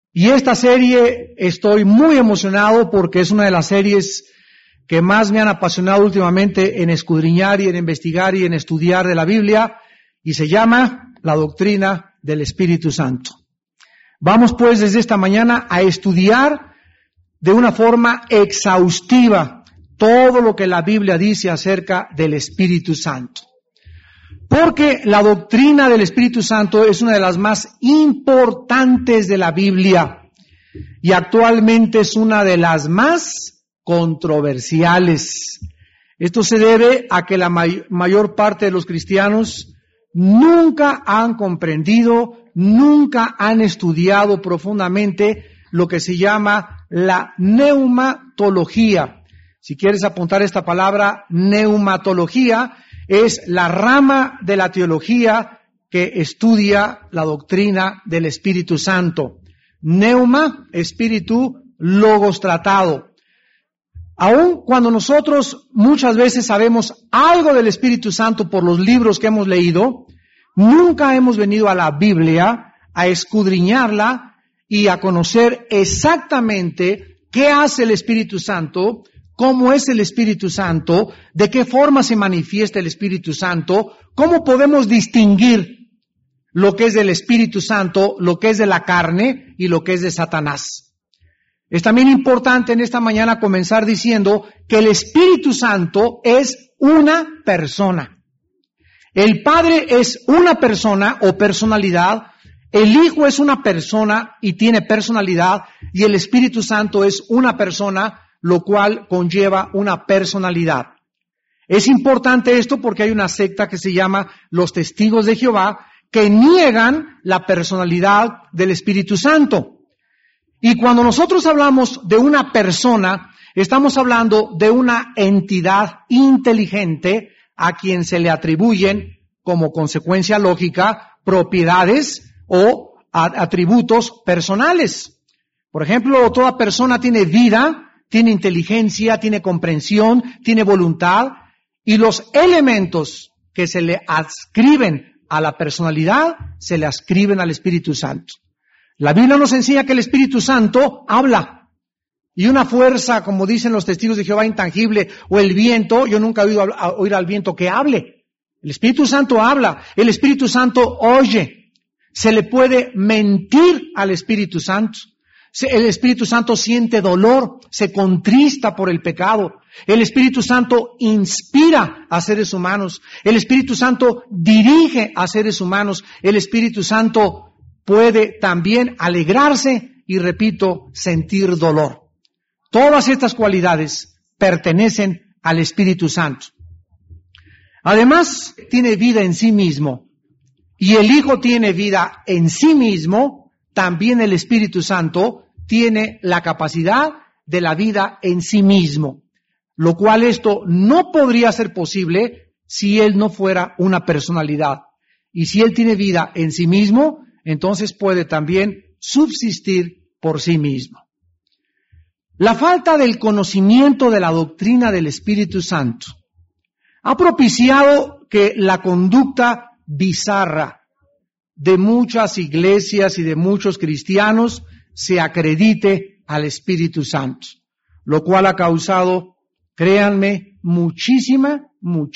Y esta serie estoy muy emocionado porque es una de las series que más me han apasionado últimamente en escudriñar y en investigar y en estudiar de la Biblia, y se llama La Doctrina del Espíritu Santo. Vamos pues desde esta mañana a estudiar de una forma exhaustiva todo lo que la Biblia dice acerca del Espíritu Santo. Porque la doctrina del Espíritu Santo es una de las más importantes de la Biblia y actualmente es una de las más controversiales. Esto se debe a que la mayor parte de los cristianos nunca han comprendido, nunca han estudiado profundamente lo que se llama la neumatología. Si quieres apuntar esta palabra, neumatología, es la rama de la teología que estudia la doctrina del Espíritu Santo. Neuma, espíritu, logos tratado. Aun cuando nosotros muchas veces sabemos algo del Espíritu Santo por los libros que hemos leído, nunca hemos venido a la Biblia a escudriñarla y a conocer exactamente qué hace el Espíritu Santo, cómo es el Espíritu Santo, de qué forma se manifiesta el Espíritu Santo, cómo podemos distinguir lo que es del Espíritu Santo, lo que es de la carne y lo que es de Satanás. Es también importante en esta mañana comenzar diciendo que el Espíritu Santo es una persona. El Padre es una persona o personalidad, el Hijo es una persona y tiene personalidad, y el Espíritu Santo es una persona, lo cual conlleva una personalidad. Es importante esto porque hay una secta que se llama los Testigos de Jehová que niegan la personalidad del Espíritu Santo. Y cuando nosotros hablamos de una persona, estamos hablando de una entidad inteligente a quien se le atribuyen, como consecuencia lógica, propiedades o atributos personales. Por ejemplo, toda persona tiene vida, tiene inteligencia, tiene comprensión, tiene voluntad, y los elementos que se le adscriben a la personalidad se le adscriben al Espíritu Santo. La Biblia nos enseña que el Espíritu Santo habla, y una fuerza, como dicen los testigos de Jehová, intangible, o el viento. Yo nunca he oído oír al viento que hable. El Espíritu Santo habla, el Espíritu Santo oye. Se le puede mentir al Espíritu Santo. El Espíritu Santo siente dolor, se contrista por el pecado. El Espíritu Santo inspira a seres humanos. El Espíritu Santo dirige a seres humanos. El Espíritu Santo puede también alegrarse y, repito, sentir dolor. Todas estas cualidades pertenecen al Espíritu Santo. Además, tiene vida en sí mismo. Y el Hijo tiene vida en sí mismo. También el Espíritu Santo tiene la capacidad de la vida en sí mismo, lo cual esto no podría ser posible si Él no fuera una personalidad. Y si Él tiene vida en sí mismo, entonces puede también subsistir por sí mismo. La falta del conocimiento de la doctrina del Espíritu Santo ha propiciado que la conducta bizarra de muchas iglesias y de muchos cristianos se acredite al Espíritu Santo, lo cual ha causado, créanme, muchísima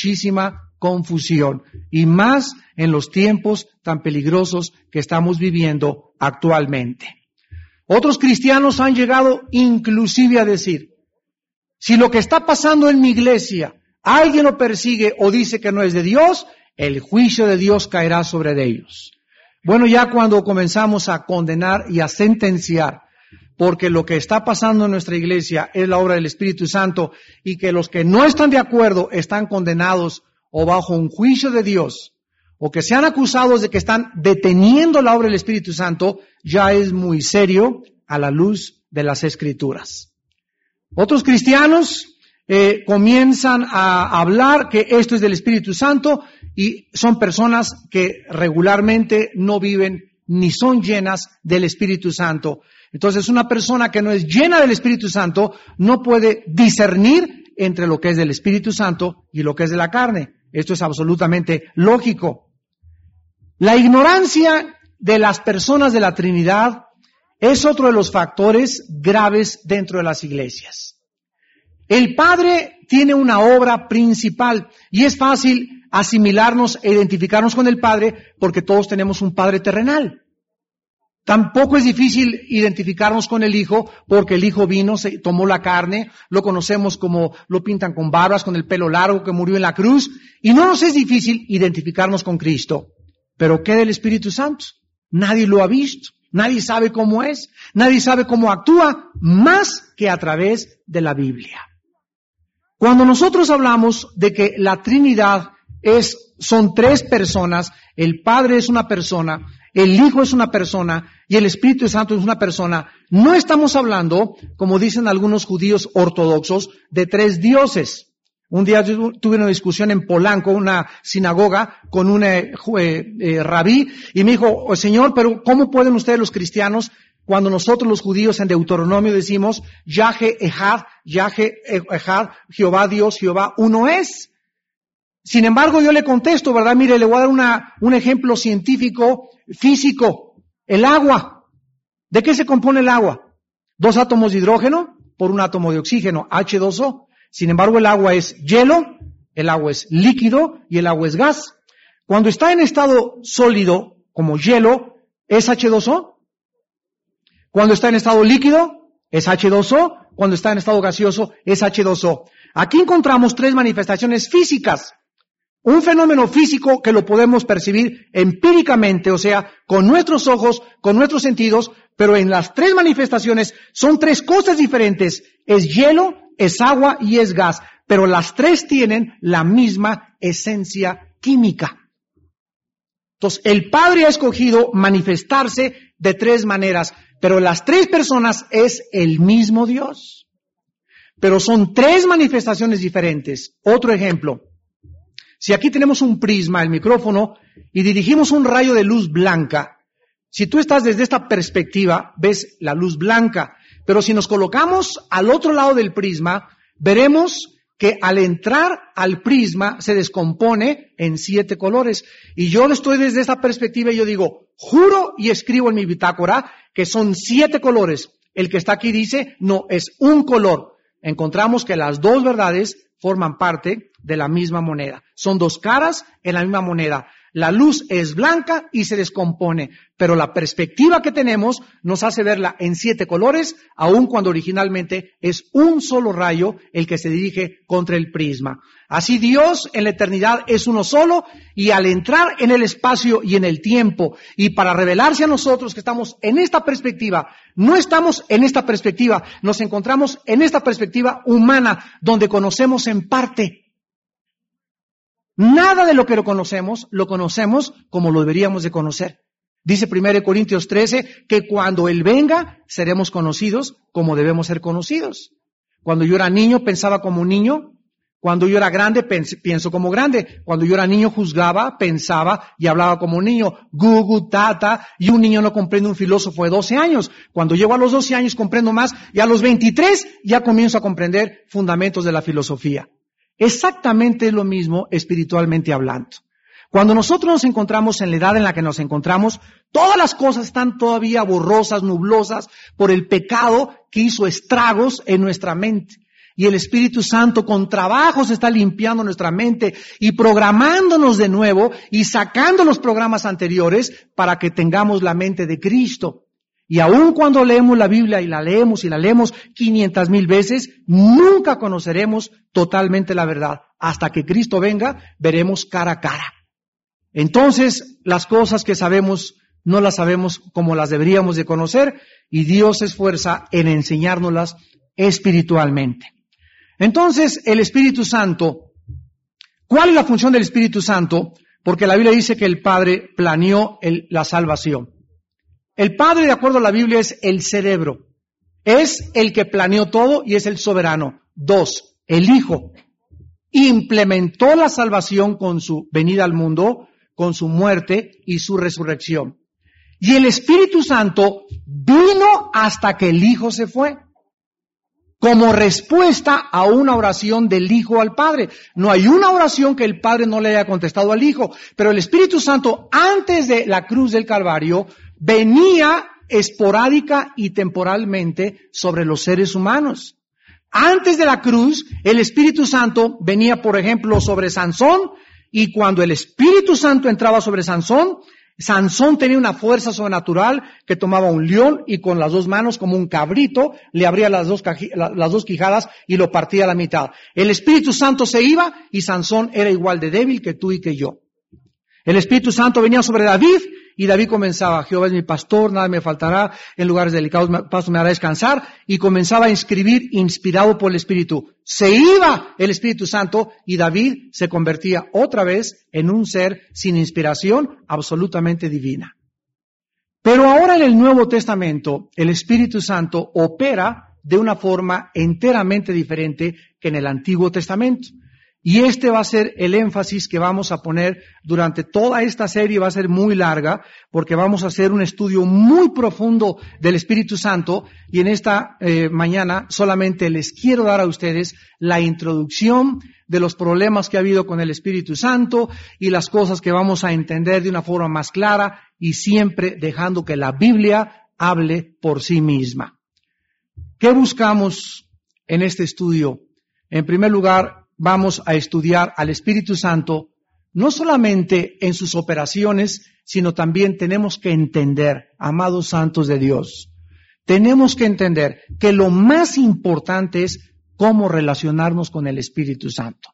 confusión, y más en los tiempos tan peligrosos que estamos viviendo actualmente. Otros cristianos han llegado inclusive a decir, si lo que está pasando en mi iglesia, alguien lo persigue o dice que no es de Dios, el juicio de Dios caerá sobre ellos. Bueno, ya cuando comenzamos a condenar y a sentenciar, porque lo que está pasando en nuestra iglesia es la obra del Espíritu Santo, y que los que no están de acuerdo están condenados o bajo un juicio de Dios, o que sean acusados de que están deteniendo la obra del Espíritu Santo, ya es muy serio a la luz de las Escrituras. Otros cristianos comienzan a hablar que esto es del Espíritu Santo, y son personas que regularmente no viven ni son llenas del Espíritu Santo. Entonces, una persona que no es llena del Espíritu Santo no puede discernir entre lo que es del Espíritu Santo y lo que es de la carne. Esto es absolutamente lógico. La ignorancia de las personas de la Trinidad es otro de los factores graves dentro de las iglesias. El Padre tiene una obra principal y es fácil asimilarnos e identificarnos con el Padre porque todos tenemos un Padre terrenal. Tampoco es difícil identificarnos con el Hijo porque el Hijo vino, se tomó la carne, lo conocemos como lo pintan con barbas, con el pelo largo, que murió en la cruz, y no nos es difícil identificarnos con Cristo. Pero ¿qué del Espíritu Santo? Nadie lo ha visto, nadie sabe cómo es, nadie sabe cómo actúa, más que a través de la Biblia. Cuando nosotros hablamos de que la Trinidad son tres personas, el Padre es una persona, el Hijo es una persona y el Espíritu Santo es una persona, no estamos hablando, como dicen algunos judíos ortodoxos, de tres dioses. Un día yo tuve una discusión en Polanco, una sinagoga, con un rabí, y me dijo, oh, Señor, pero ¿cómo pueden ustedes los cristianos, cuando nosotros los judíos en Deuteronomio decimos, Yahé Echad, Jehová Dios, Jehová uno es? Sin embargo, yo le contesto, ¿verdad? Mire, le voy a dar un ejemplo científico, físico. El agua. ¿De qué se compone el agua? 2 átomos de hidrógeno por 1 átomo de oxígeno, H2O. Sin embargo, el agua es hielo, el agua es líquido y el agua es gas. Cuando está en estado sólido, como hielo, ¿es H2O? Cuando está en estado líquido, es H2O. Cuando está en estado gaseoso, es H2O. Aquí encontramos 3 manifestaciones físicas. Un fenómeno físico que lo podemos percibir empíricamente, o sea, con nuestros ojos, con nuestros sentidos, pero en las 3 manifestaciones son 3 cosas diferentes. Es hielo, es agua y es gas, pero las 3 tienen la misma esencia química. Entonces, el Padre ha escogido manifestarse de 3 maneras, pero las 3 personas es el mismo Dios. Pero son 3 manifestaciones diferentes. Otro ejemplo. Si aquí tenemos un prisma, el micrófono, y dirigimos un rayo de luz blanca, si tú estás desde esta perspectiva, ves la luz blanca, pero si nos colocamos al otro lado del prisma, veremos que al entrar al prisma se descompone en 7 colores. Y yo estoy desde esta perspectiva y yo digo, juro y escribo en mi bitácora que son 7 colores. El que está aquí dice, no, es un color. Encontramos que las 2 verdades forman parte de la misma moneda. Son 2 caras en la misma moneda. La luz es blanca y se descompone, pero la perspectiva que tenemos nos hace verla en 7 colores, aun cuando originalmente es un solo rayo el que se dirige contra el prisma. Así Dios en la eternidad es uno solo, y al entrar en el espacio y en el tiempo, y para revelarse a nosotros que estamos en esta perspectiva, no estamos en esta perspectiva, nos encontramos en esta perspectiva humana, donde conocemos en parte. Nada de lo que lo conocemos como lo deberíamos de conocer. Dice 1 Corintios 13 que cuando Él venga seremos conocidos como debemos ser conocidos. Cuando yo era niño pensaba como un niño. Cuando yo era grande pienso como grande. Cuando yo era niño juzgaba, pensaba y hablaba como un niño. Gugu, tata, y un niño no comprende un filósofo de 12 años. Cuando llego a los 12 años comprendo más y a los 23 ya comienzo a comprender fundamentos de la filosofía. Exactamente lo mismo espiritualmente hablando. Cuando nosotros nos encontramos en la edad en la que nos encontramos, todas las cosas están todavía borrosas, nublosas, por el pecado que hizo estragos en nuestra mente. Y el Espíritu Santo con trabajo se está limpiando nuestra mente y programándonos de nuevo y sacando los programas anteriores para que tengamos la mente de Cristo. Y aun cuando leemos la Biblia y la leemos 500,000 veces, nunca conoceremos totalmente la verdad. Hasta que Cristo venga, veremos cara a cara. Entonces, las cosas que sabemos, no las sabemos como las deberíamos de conocer, y Dios se esfuerza en enseñárnoslas espiritualmente. Entonces, el Espíritu Santo, ¿cuál es la función del Espíritu Santo? Porque la Biblia dice que el Padre planeó la salvación. El Padre, de acuerdo a la Biblia, es el cerebro. Es el que planeó todo y es el soberano. 2, el Hijo implementó la salvación con su venida al mundo, con su muerte y su resurrección. Y el Espíritu Santo vino hasta que el Hijo se fue, como respuesta a una oración del Hijo al Padre. No hay una oración que el Padre no le haya contestado al Hijo, pero el Espíritu Santo, antes de la cruz del Calvario, venía esporádica y temporalmente sobre los seres humanos. Antes de la cruz, el Espíritu Santo venía, por ejemplo, sobre Sansón, y cuando el Espíritu Santo entraba sobre Sansón, Sansón tenía una fuerza sobrenatural que tomaba un león y con las dos manos, como un cabrito, le abría las dos quijadas y lo partía a la mitad. El Espíritu Santo se iba y Sansón era igual de débil que tú y que yo. El Espíritu Santo venía sobre David y David comenzaba: Jehová es mi pastor, nada me faltará, en lugares delicados pasto me hará descansar, y comenzaba a escribir inspirado por el Espíritu. Se iba el Espíritu Santo y David se convertía otra vez en un ser sin inspiración absolutamente divina. Pero ahora en el Nuevo Testamento el Espíritu Santo opera de una forma enteramente diferente que en el Antiguo Testamento. Y este va a ser el énfasis que vamos a poner durante toda esta serie. Va a ser muy larga porque vamos a hacer un estudio muy profundo del Espíritu Santo, y en esta mañana solamente les quiero dar a ustedes la introducción de los problemas que ha habido con el Espíritu Santo y las cosas que vamos a entender de una forma más clara, y siempre dejando que la Biblia hable por sí misma. ¿Qué buscamos en este estudio? En primer lugar, vamos a estudiar al Espíritu Santo, no solamente en sus operaciones, sino también tenemos que entender, amados santos de Dios, tenemos que entender que lo más importante es cómo relacionarnos con el Espíritu Santo.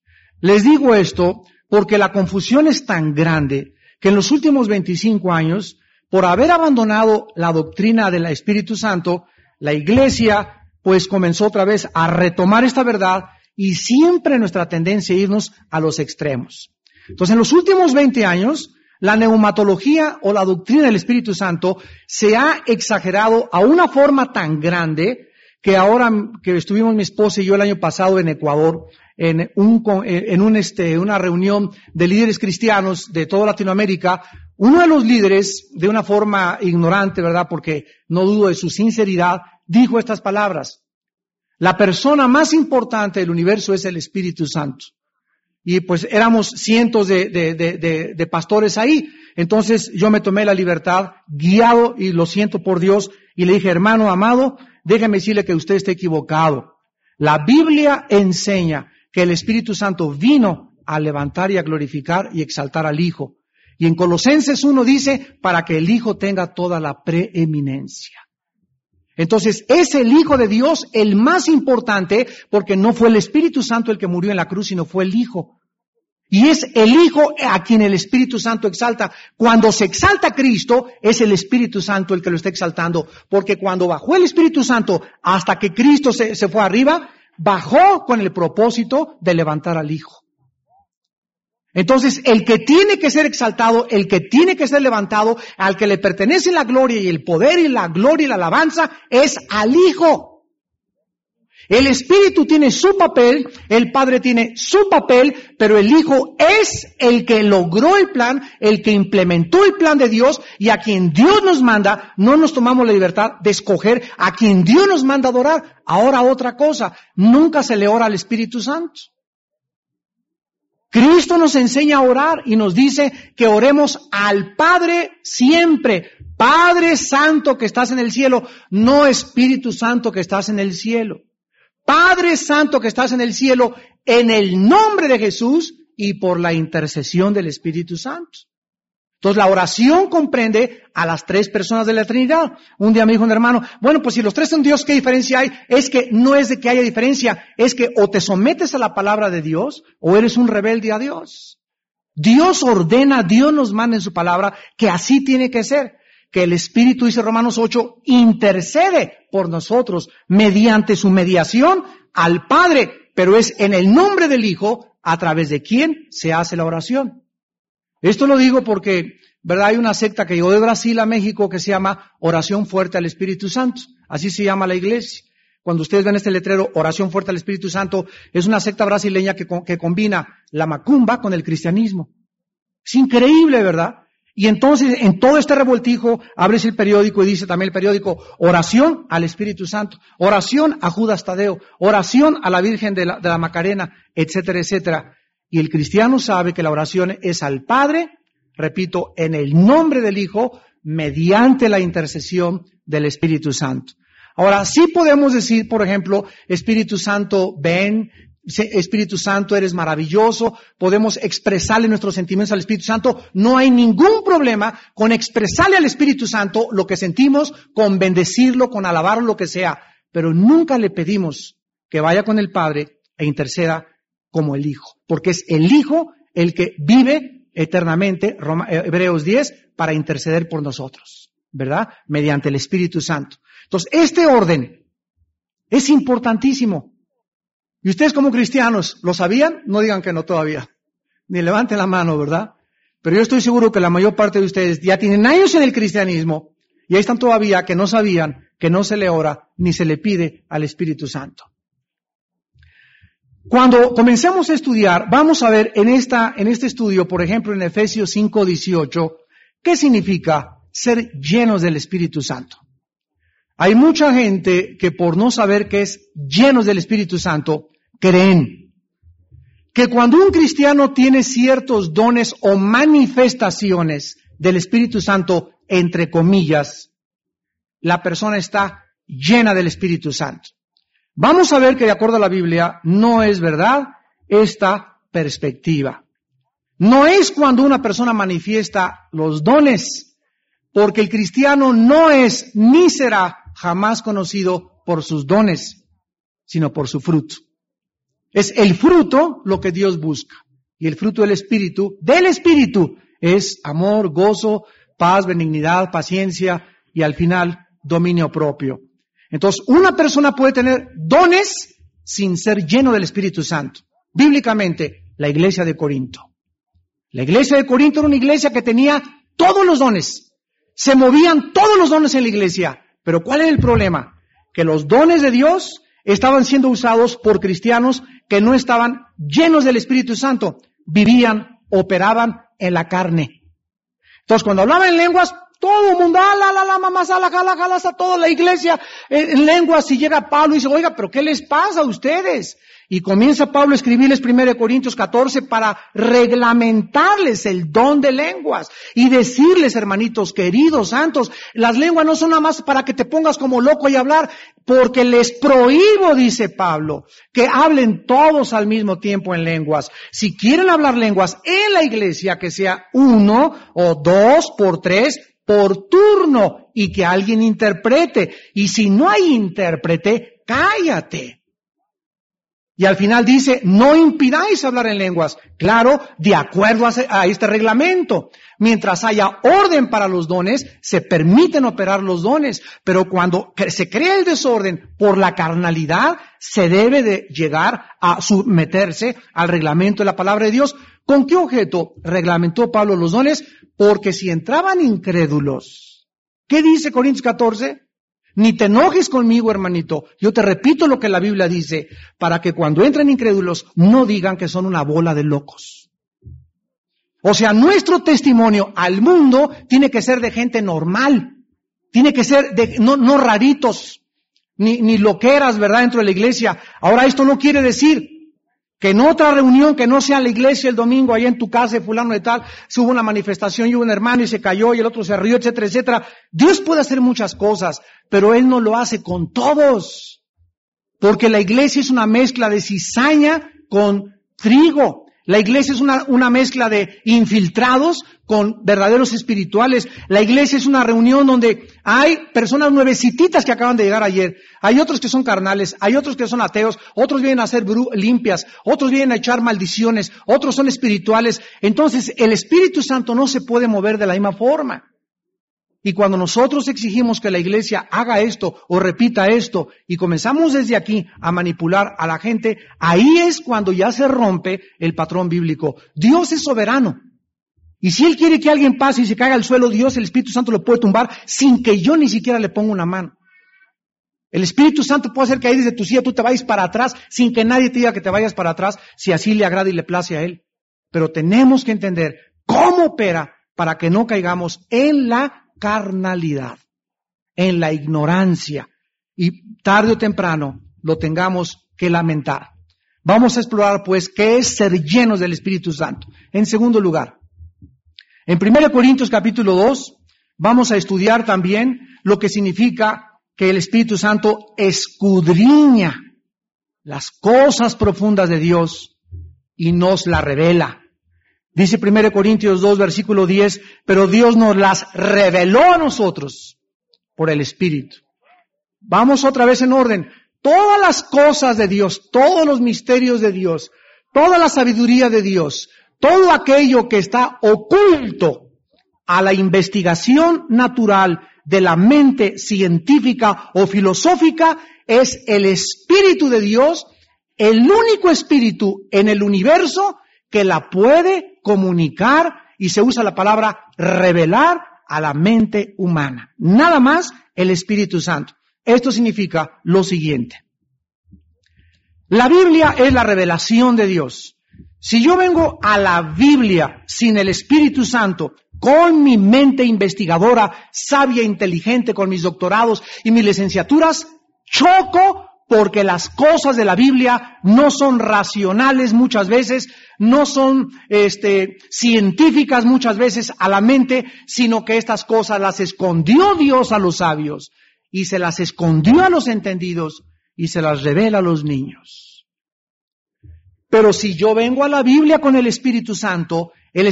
Les digo esto porque la confusión es tan grande que en los últimos 25 años, por haber abandonado la doctrina del Espíritu Santo, la Iglesia pues comenzó otra vez a retomar esta verdad, y siempre nuestra tendencia es irnos a los extremos. Entonces, en los últimos 20 años, la neumatología o la doctrina del Espíritu Santo se ha exagerado a una forma tan grande que ahora que estuvimos mi esposa y yo el año pasado en Ecuador, en una reunión de líderes cristianos de toda Latinoamérica, uno de los líderes, de una forma ignorante, ¿verdad?, porque no dudo de su sinceridad, dijo estas palabras: la persona más importante del universo es el Espíritu Santo. Y pues éramos cientos de pastores ahí. Entonces yo me tomé la libertad, guiado, y lo siento por Dios, y le dije: hermano amado, déjeme decirle que usted está equivocado. La Biblia enseña que el Espíritu Santo vino a levantar y a glorificar y exaltar al Hijo. Y en Colosenses 1 dice: para que el Hijo tenga toda la preeminencia. Entonces, es el Hijo de Dios el más importante, porque no fue el Espíritu Santo el que murió en la cruz, sino fue el Hijo. Y es el Hijo a quien el Espíritu Santo exalta. Cuando se exalta a Cristo, es el Espíritu Santo el que lo está exaltando. Porque cuando bajó el Espíritu Santo, hasta que Cristo se fue arriba, bajó con el propósito de levantar al Hijo. Entonces, el que tiene que ser exaltado, el que tiene que ser levantado, al que le pertenece la gloria y el poder y la gloria y la alabanza, es al Hijo. El Espíritu tiene su papel, el Padre tiene su papel, pero el Hijo es el que logró el plan, el que implementó el plan de Dios, y a quien Dios nos manda, no nos tomamos la libertad de escoger a quien Dios nos manda adorar. Ahora otra cosa, nunca se le ora al Espíritu Santo. Cristo nos enseña a orar y nos dice que oremos al Padre siempre. Padre Santo que estás en el cielo, no Espíritu Santo que estás en el cielo. Padre Santo que estás en el cielo, en el nombre de Jesús y por la intercesión del Espíritu Santo. Entonces la oración comprende a las tres personas de la Trinidad. Un día me dijo un hermano: bueno, pues si los tres son Dios, ¿qué diferencia hay? Es que no es de que haya diferencia, es que o te sometes a la palabra de Dios o eres un rebelde a Dios. Dios ordena, Dios nos manda en su palabra que así tiene que ser. Que el Espíritu, dice Romanos 8, intercede por nosotros mediante su mediación al Padre, pero es en el nombre del Hijo a través de quien se hace la oración. Esto lo digo porque, ¿verdad?, hay una secta que llegó de Brasil a México que se llama Oración Fuerte al Espíritu Santo. Así se llama la iglesia. Cuando ustedes ven este letrero, Oración Fuerte al Espíritu Santo, es una secta brasileña que combina la macumba con el cristianismo. Es increíble, ¿verdad? Y entonces, en todo este revoltijo, abres el periódico y dice también el periódico: oración al Espíritu Santo, oración a Judas Tadeo, oración a la Virgen de la Macarena, etcétera, etcétera. Y el cristiano sabe que la oración es al Padre, repito, en el nombre del Hijo, mediante la intercesión del Espíritu Santo. Ahora, sí podemos decir, por ejemplo, Espíritu Santo, ven, Espíritu Santo, eres maravilloso, podemos expresarle nuestros sentimientos al Espíritu Santo. No hay ningún problema con expresarle al Espíritu Santo lo que sentimos, con bendecirlo, con alabarlo, lo que sea. Pero nunca le pedimos que vaya con el Padre e interceda como el Hijo, porque es el Hijo el que vive eternamente, Hebreos 10, para interceder por nosotros, ¿verdad? Mediante el Espíritu Santo. Entonces, este orden es importantísimo. Y ustedes como cristianos, ¿lo sabían? No digan que no todavía. Ni levanten la mano, ¿verdad? Pero yo estoy seguro que la mayor parte de ustedes ya tienen años en el cristianismo y ahí están todavía que no sabían que no se le ora ni se le pide al Espíritu Santo. Cuando comencemos a estudiar, vamos a ver en este estudio, por ejemplo, en Efesios 5:18, ¿qué significa ser llenos del Espíritu Santo? Hay mucha gente que por no saber qué es llenos del Espíritu Santo, creen que cuando un cristiano tiene ciertos dones o manifestaciones del Espíritu Santo, entre comillas, la persona está llena del Espíritu Santo. Vamos a ver que de acuerdo a la Biblia no es verdad esta perspectiva. No es cuando una persona manifiesta los dones, porque el cristiano no es ni será jamás conocido por sus dones, sino por su fruto. Es el fruto lo que Dios busca. Y el fruto del Espíritu, es amor, gozo, paz, benignidad, paciencia y al final dominio propio. Entonces, una persona puede tener dones sin ser lleno del Espíritu Santo. Bíblicamente, la iglesia de Corinto. La iglesia de Corinto era una iglesia que tenía todos los dones. Se movían todos los dones en la iglesia. Pero ¿cuál era el problema? Que los dones de Dios estaban siendo usados por cristianos que no estaban llenos del Espíritu Santo. Vivían, operaban en la carne. Entonces, cuando hablaban en lenguas, todo el mundo, toda la iglesia en lenguas, y llega Pablo y dice, oiga, pero ¿qué les pasa a ustedes? Y comienza Pablo a escribirles 1 Corintios 14 para reglamentarles el don de lenguas y decirles, hermanitos queridos, santos, las lenguas no son nada más para que te pongas como loco y hablar, porque les prohíbo, dice Pablo, que hablen todos al mismo tiempo en lenguas. Si quieren hablar lenguas en la iglesia, que sea 1 o 2 por 3 por turno y que alguien interprete. Y si no hay intérprete, cállate. Y al final dice, no impidáis hablar en lenguas. Claro, de acuerdo a este reglamento. Mientras haya orden para los dones, se permiten operar los dones. Pero cuando se crea el desorden por la carnalidad, se debe de llegar a someterse al reglamento de la palabra de Dios. ¿Con qué objeto reglamentó Pablo los dones? Porque si entraban incrédulos, ¿qué dice Corintios 14? Ni te enojes conmigo, hermanito. Yo te repito lo que la Biblia dice, para que cuando entren incrédulos no digan que son una bola de locos. O sea, nuestro testimonio al mundo tiene que ser de gente normal. Tiene que ser de no raritos, ni loqueras, ¿verdad?, dentro de la iglesia. Ahora, esto no quiere decir que en otra reunión que no sea la iglesia el domingo, allá en tu casa de fulano de tal, se hubo una manifestación y hubo un hermano y se cayó y el otro se rió, etcétera, etcétera. Dios puede hacer muchas cosas, pero Él no lo hace con todos. Porque la iglesia es una mezcla de cizaña con trigo. La iglesia es una mezcla de infiltrados con verdaderos espirituales. La iglesia es una reunión donde hay personas nuevecititas que acaban de llegar ayer. Hay otros que son carnales, hay otros que son ateos, otros vienen a ser limpias, otros vienen a echar maldiciones, otros son espirituales. Entonces, el Espíritu Santo no se puede mover de la misma forma. Y cuando nosotros exigimos que la iglesia haga esto o repita esto y comenzamos desde aquí a manipular a la gente, ahí es cuando ya se rompe el patrón bíblico. Dios es soberano. Y si Él quiere que alguien pase y se caiga al suelo, Dios, el Espíritu Santo, lo puede tumbar sin que yo ni siquiera le ponga una mano. El Espíritu Santo puede hacer que ahí desde tu silla tú te vayas para atrás sin que nadie te diga que te vayas para atrás, si así le agrada y le place a Él. Pero tenemos que entender cómo opera para que no caigamos en la carnalidad, en la ignorancia, y tarde o temprano lo tengamos que lamentar. Vamos a explorar pues qué es ser llenos del Espíritu Santo. En segundo lugar, en 1 Corintios capítulo 2, vamos a estudiar también lo que significa que el Espíritu Santo escudriña las cosas profundas de Dios y nos la revela. Dice 1 Corintios 2, versículo 10, pero Dios nos las reveló a nosotros por el Espíritu. Vamos otra vez en orden. Todas las cosas de Dios, todos los misterios de Dios, toda la sabiduría de Dios, todo aquello que está oculto a la investigación natural de la mente científica o filosófica, es el Espíritu de Dios, el único espíritu en el universo que la puede comunicar, y se usa la palabra revelar a la mente humana. Nada más el Espíritu Santo. Esto significa lo siguiente. La Biblia es la revelación de Dios. Si yo vengo a la Biblia sin el Espíritu Santo, con mi mente investigadora, sabia, inteligente, con mis doctorados y mis licenciaturas, choco porque las cosas de la Biblia no son racionales muchas veces, no son científicas muchas veces a la mente, sino que estas cosas las escondió Dios a los sabios y se las escondió a los entendidos y se las revela a los niños. Pero si yo vengo a la Biblia con el Espíritu Santo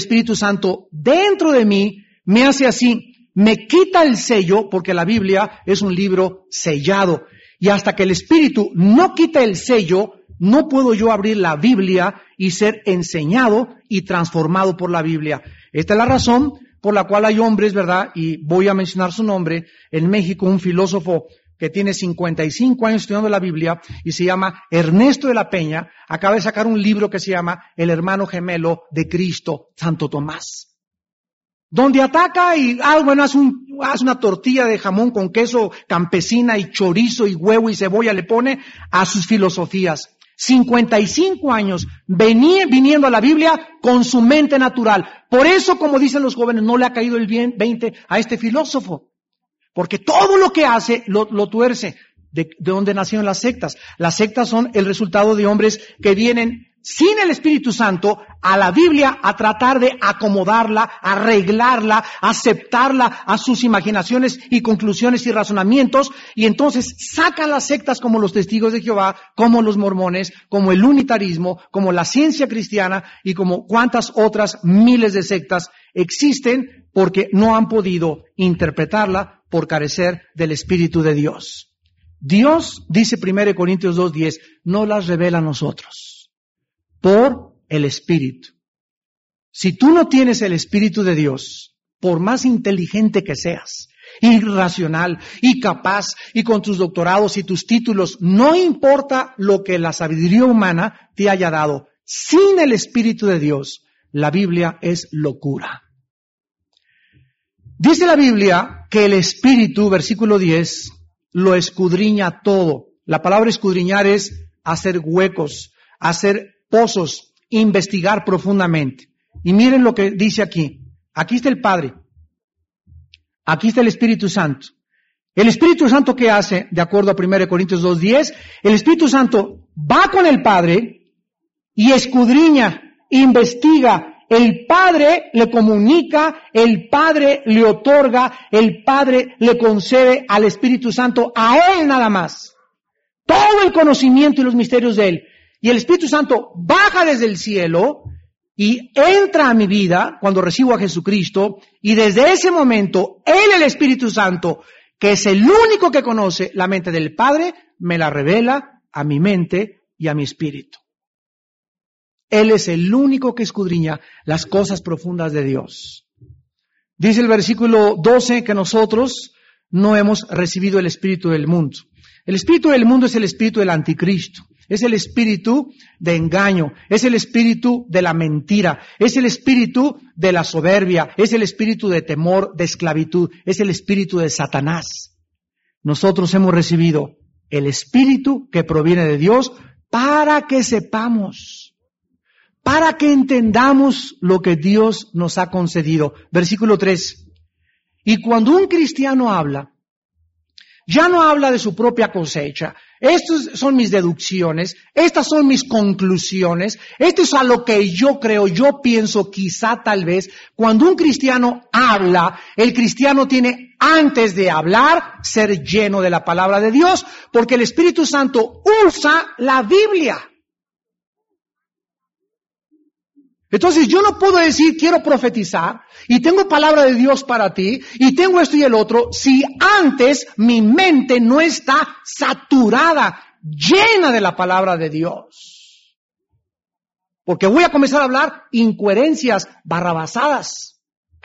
dentro de mí me hace así, me quita el sello, porque la Biblia es un libro sellado. Y hasta que el Espíritu no quite el sello, no puedo yo abrir la Biblia y ser enseñado y transformado por la Biblia. Esta es la razón por la cual hay hombres, ¿verdad? Y voy a mencionar su nombre. En México, un filósofo que tiene 55 años estudiando la Biblia y se llama Ernesto de la Peña, acaba de sacar un libro que se llama El hermano gemelo de Cristo, Santo Tomás. Donde ataca y, hace una tortilla de jamón con queso campesina y chorizo y huevo y cebolla le pone a sus filosofías. 55 años viniendo a la Biblia con su mente natural. Por eso, como dicen los jóvenes, no le ha caído el 20 a este filósofo. Porque todo lo que hace lo tuerce. ¿De dónde nacieron las sectas? Las sectas son el resultado de hombres que vienen sin el Espíritu Santo a la Biblia a tratar de acomodarla, arreglarla, aceptarla a sus imaginaciones y conclusiones y razonamientos, y entonces sacan las sectas como los Testigos de Jehová, como los mormones, como el unitarismo, como la ciencia cristiana y como cuantas otras miles de sectas existen porque no han podido interpretarla por carecer del Espíritu de Dios. Dios, dice 1 Corintios 2:10, no las revela a nosotros. Por el Espíritu. Si tú no tienes el Espíritu de Dios, por más inteligente que seas, y racional, y capaz, y con tus doctorados y tus títulos, no importa lo que la sabiduría humana te haya dado, sin el Espíritu de Dios, la Biblia es locura. Dice la Biblia que el Espíritu, versículo 10, lo escudriña todo. La palabra escudriñar es hacer huecos, hacer pozos, investigar profundamente. Y miren lo que dice aquí. Aquí está el Padre. Aquí está el Espíritu Santo. El Espíritu Santo, ¿qué hace? De acuerdo a 1 Corintios 2:10, el Espíritu Santo va con el Padre y escudriña, investiga. El Padre le comunica, el Padre le otorga, el Padre le concede al Espíritu Santo, a Él nada más, todo el conocimiento y los misterios de Él. Y el Espíritu Santo baja desde el cielo y entra a mi vida cuando recibo a Jesucristo, y desde ese momento, Él, el Espíritu Santo, que es el único que conoce la mente del Padre, me la revela a mi mente y a mi espíritu. Él es el único que escudriña las cosas profundas de Dios. Dice el versículo 12 que nosotros no hemos recibido el espíritu del mundo. El espíritu del mundo es el espíritu del anticristo. Es el espíritu de engaño, es el espíritu de la mentira, es el espíritu de la soberbia, es el espíritu de temor, de esclavitud, es el espíritu de Satanás. Nosotros hemos recibido el espíritu que proviene de Dios para que sepamos, para que entendamos lo que Dios nos ha concedido. Versículo 3. Y cuando un cristiano habla, ya no habla de su propia cosecha, Estas son mis deducciones, estas son mis conclusiones, esto es a lo que yo creo, yo pienso, quizá, tal vez. Cuando un cristiano habla, el cristiano tiene, antes de hablar, ser lleno de la palabra de Dios, porque el Espíritu Santo usa la Biblia. Entonces yo no puedo decir quiero profetizar y tengo palabra de Dios para ti y tengo esto y el otro si antes mi mente no está saturada, llena de la palabra de Dios. Porque voy a comenzar a hablar incoherencias, barrabasadas.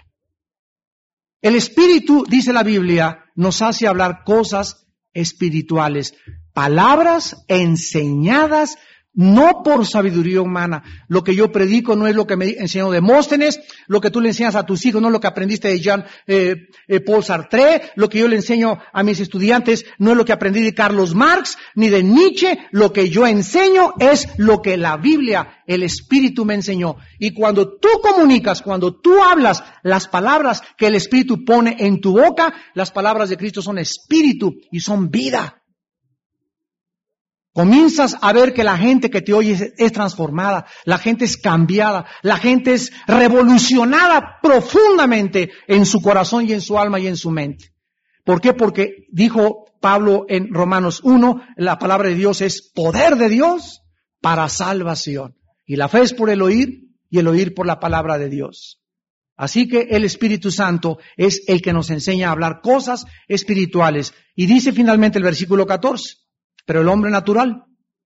El Espíritu, dice la Biblia, nos hace hablar cosas espirituales, palabras enseñadas no por sabiduría humana. Lo que yo predico no es lo que me enseñó Demóstenes, lo que tú le enseñas a tus hijos no es lo que aprendiste de Jean-Paul Sartre, lo que yo le enseño a mis estudiantes no es lo que aprendí de Carlos Marx ni de Nietzsche. Lo que yo enseño es lo que la Biblia, el Espíritu me enseñó. Y cuando tú comunicas, cuando tú hablas las palabras que el Espíritu pone en tu boca, las palabras de Cristo son espíritu y son vida. Comienzas a ver que la gente que te oye es transformada, la gente es cambiada, la gente es revolucionada profundamente en su corazón y en su alma y en su mente. ¿Por qué? Porque dijo Pablo en Romanos 1, la palabra de Dios es poder de Dios para salvación. Y la fe es por el oír y el oír por la palabra de Dios. Así que el Espíritu Santo es el que nos enseña a hablar cosas espirituales. Y dice finalmente el versículo 14. Pero el hombre natural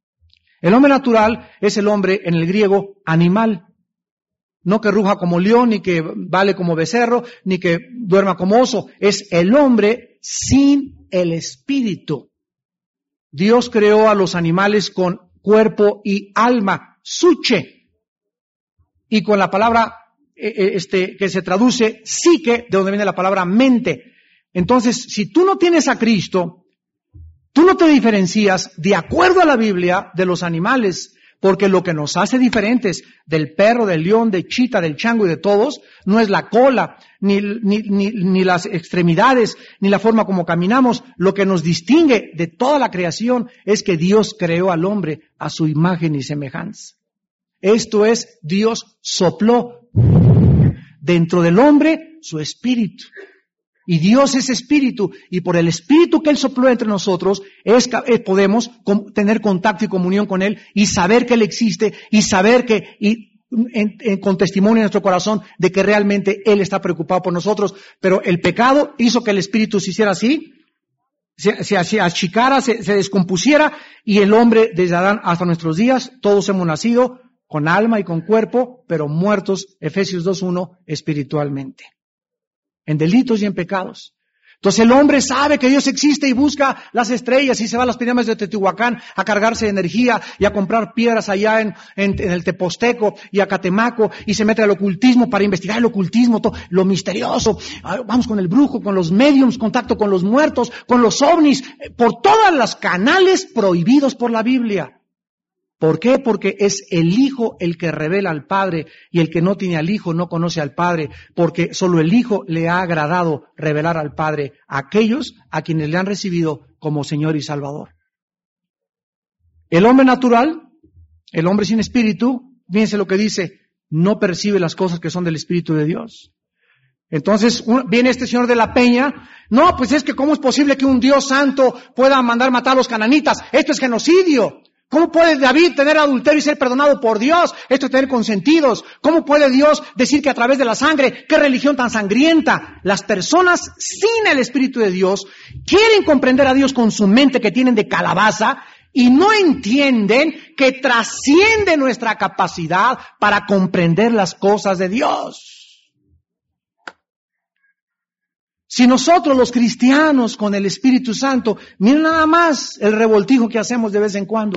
es el hombre en el griego animal. No que ruja como león, ni que vale como becerro, ni que duerma como oso. Es el hombre sin el espíritu. Dios creó a los animales con cuerpo y alma, suche. Y con la palabra que se traduce psique, de donde viene la palabra mente. Entonces, si tú no tienes a Cristo, tú no te diferencias, de acuerdo a la Biblia, de los animales, porque lo que nos hace diferentes del perro, del león, del chita, del chango y de todos, no es la cola, ni las extremidades, ni la forma como caminamos. Lo que nos distingue de toda la creación es que Dios creó al hombre a su imagen y semejanza. Esto es, Dios sopló dentro del hombre su espíritu. Y Dios es espíritu, y por el espíritu que Él sopló entre nosotros, podemos tener contacto y comunión con Él, y saber que Él existe, y saber que, con testimonio en nuestro corazón, de que realmente Él está preocupado por nosotros. Pero el pecado hizo que el espíritu se hiciera así, se achicara, se descompusiera, y el hombre, desde Adán hasta nuestros días, todos hemos nacido con alma y con cuerpo, pero muertos, Efesios 2:1, espiritualmente. En delitos y en pecados. Entonces el hombre sabe que Dios existe y busca las estrellas y se va a las pirámides de Teotihuacán a cargarse de energía y a comprar piedras allá en el Teposteco y a Catemaco y se mete al ocultismo para investigar el ocultismo, todo lo misterioso. Vamos con el brujo, con los mediums, contacto con los muertos, con los ovnis, por todos los canales prohibidos por la Biblia. ¿Por qué? Porque es el Hijo el que revela al Padre, y el que no tiene al Hijo no conoce al Padre, porque solo el Hijo le ha agradado revelar al Padre a aquellos a quienes le han recibido como Señor y Salvador. El hombre natural, el hombre sin espíritu, fíjense lo que dice, no percibe las cosas que son del Espíritu de Dios. Entonces viene este señor de la peña, no, pues es que ¿cómo es posible que un Dios santo pueda mandar matar a los cananitas? Esto es genocidio. ¿Cómo puede David tener adulterio y ser perdonado por Dios? Esto es tener consentidos. ¿Cómo puede Dios decir que a través de la sangre, qué religión tan sangrienta? Las personas sin el Espíritu de Dios quieren comprender a Dios con su mente que tienen de calabaza y no entienden que trasciende nuestra capacidad para comprender las cosas de Dios. Si nosotros los cristianos con el Espíritu Santo, miren nada más el revoltijo que hacemos de vez en cuando.